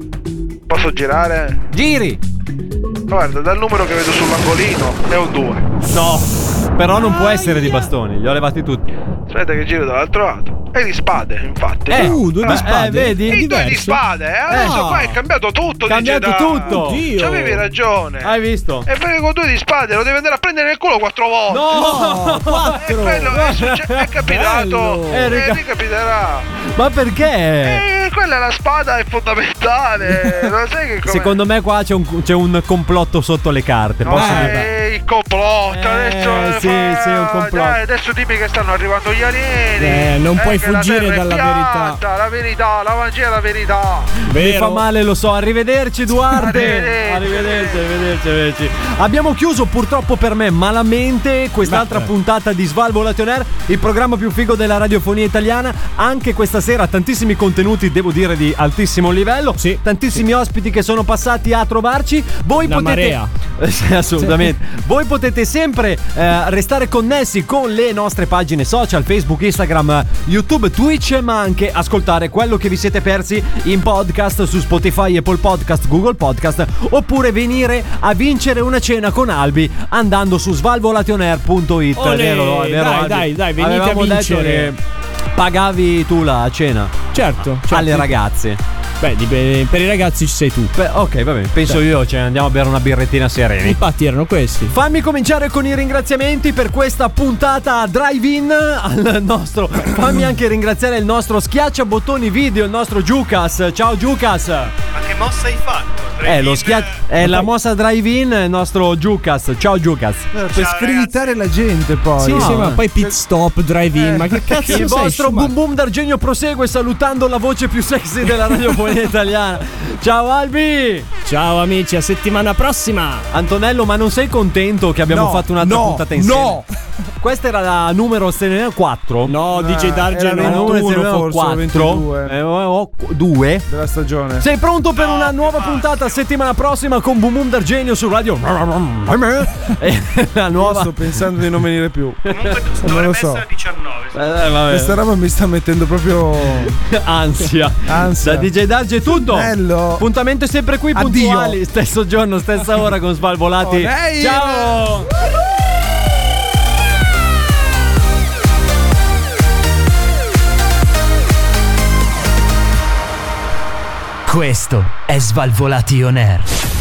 Posso girare? Giri. Guarda, dal numero che vedo sull'angolino è un due. No. Però non può essere di bastoni, li ho levati tutti. Aspetta che giro dall'altro lato. E di spade, infatti. Eh, Uh, due di eh, spade. eh, vedi? E i due di diverso. spade, eh? Adesso Eh. qua è cambiato tutto. Cambiato dice, dai. tutto. Oddio. C'avevi ragione. Hai visto? E perché con due di spade lo devi andare a prendere nel culo quattro volte. No, E quattro. quello è, succe- è capitato. Bello. Eh, E rica- ricapiterà. Ma perché? E quella è la spada, è fondamentale. Lo sai che come. Secondo me qua c'è un, c'è un complotto sotto le carte. No, Posso eh, dire? il complotto. Eh, adesso sì, fa- sì, un complotto. Dai, adesso dimmi che stanno arrivando gli alieni. Eh, non puoi che la fuggire terra è dalla piatta, La verità, la magia è la verità. Mi fa male, lo so. Arrivederci, Duarte. Arrivederci. Arrivederci, arrivederci, arrivederci. Abbiamo chiuso purtroppo per me malamente quest'altra Beh, puntata di Svalvolation Air, il programma più figo della radiofonia italiana. Anche questa sera tantissimi contenuti, devo dire, di altissimo livello. Sì, Tantissimi ospiti che sono passati a trovarci. Voi Una potete marea. Eh, sì, assolutamente. Voi potete sempre eh, restare connessi con le nostre pagine social, Facebook, Instagram, YouTube, Twitch, ma anche ascoltare quello che vi siete persi in podcast su Spotify, Apple Podcast, Google Podcast, oppure venire a vincere una cena con Albi andando su svalvolationair punto it. Olè, È vero, è vero, dai, Albi? dai, dai, venite Avevamo a detto vincere. che pagavi tu la cena Certo, certo. alle ragazze. Beh, di- per i ragazzi ci sei tu. Beh, ok, va bene. Penso io, cioè, andiamo a bere una birrettina sereni. Infatti erano questi. Fammi cominciare con i ringraziamenti per questa puntata drive-in al nostro. Fammi anche ringraziare il nostro schiacciabottoni video, il nostro Giucas. Ciao Giucas. Ma che mossa hai fatto? Eh, lo schiaccia. È la mossa drive-in, il nostro Giucas. Ciao Giucas. Per screditare la gente poi. Sì, no. sì, ma poi pit stop, drive-in. Eh, ma che cazzo Il sei? vostro boom boom d'Argenio prosegue salutando la voce più sexy della radiofonia italiana. Ciao Albi. Ciao amici, a settimana prossima. Antonello, ma non sei contento che abbiamo No, fatto un'altra no, puntata insieme? no. Questa era la numero quattro. No, D J Eh, Darge era no. ventuno, forse, o ventidue. Eh, oh, due. Della stagione. Sei pronto per una nuova puntata settimana prossima con Boom Boom d'Argenio su radio? E la Io nuova. sto pensando di non venire più. Comunque Non lo dovrebbe so. essere diciannove. Eh, vabbè. Questa roba mi sta mettendo proprio Ansia. ansia. Da D J Darge è tutto. Bello. Appuntamento è sempre qui, Addio. puntuali. Stesso giorno, stessa ora con Svalvolati. Olè. Ciao. Questo è Svalvolation Air.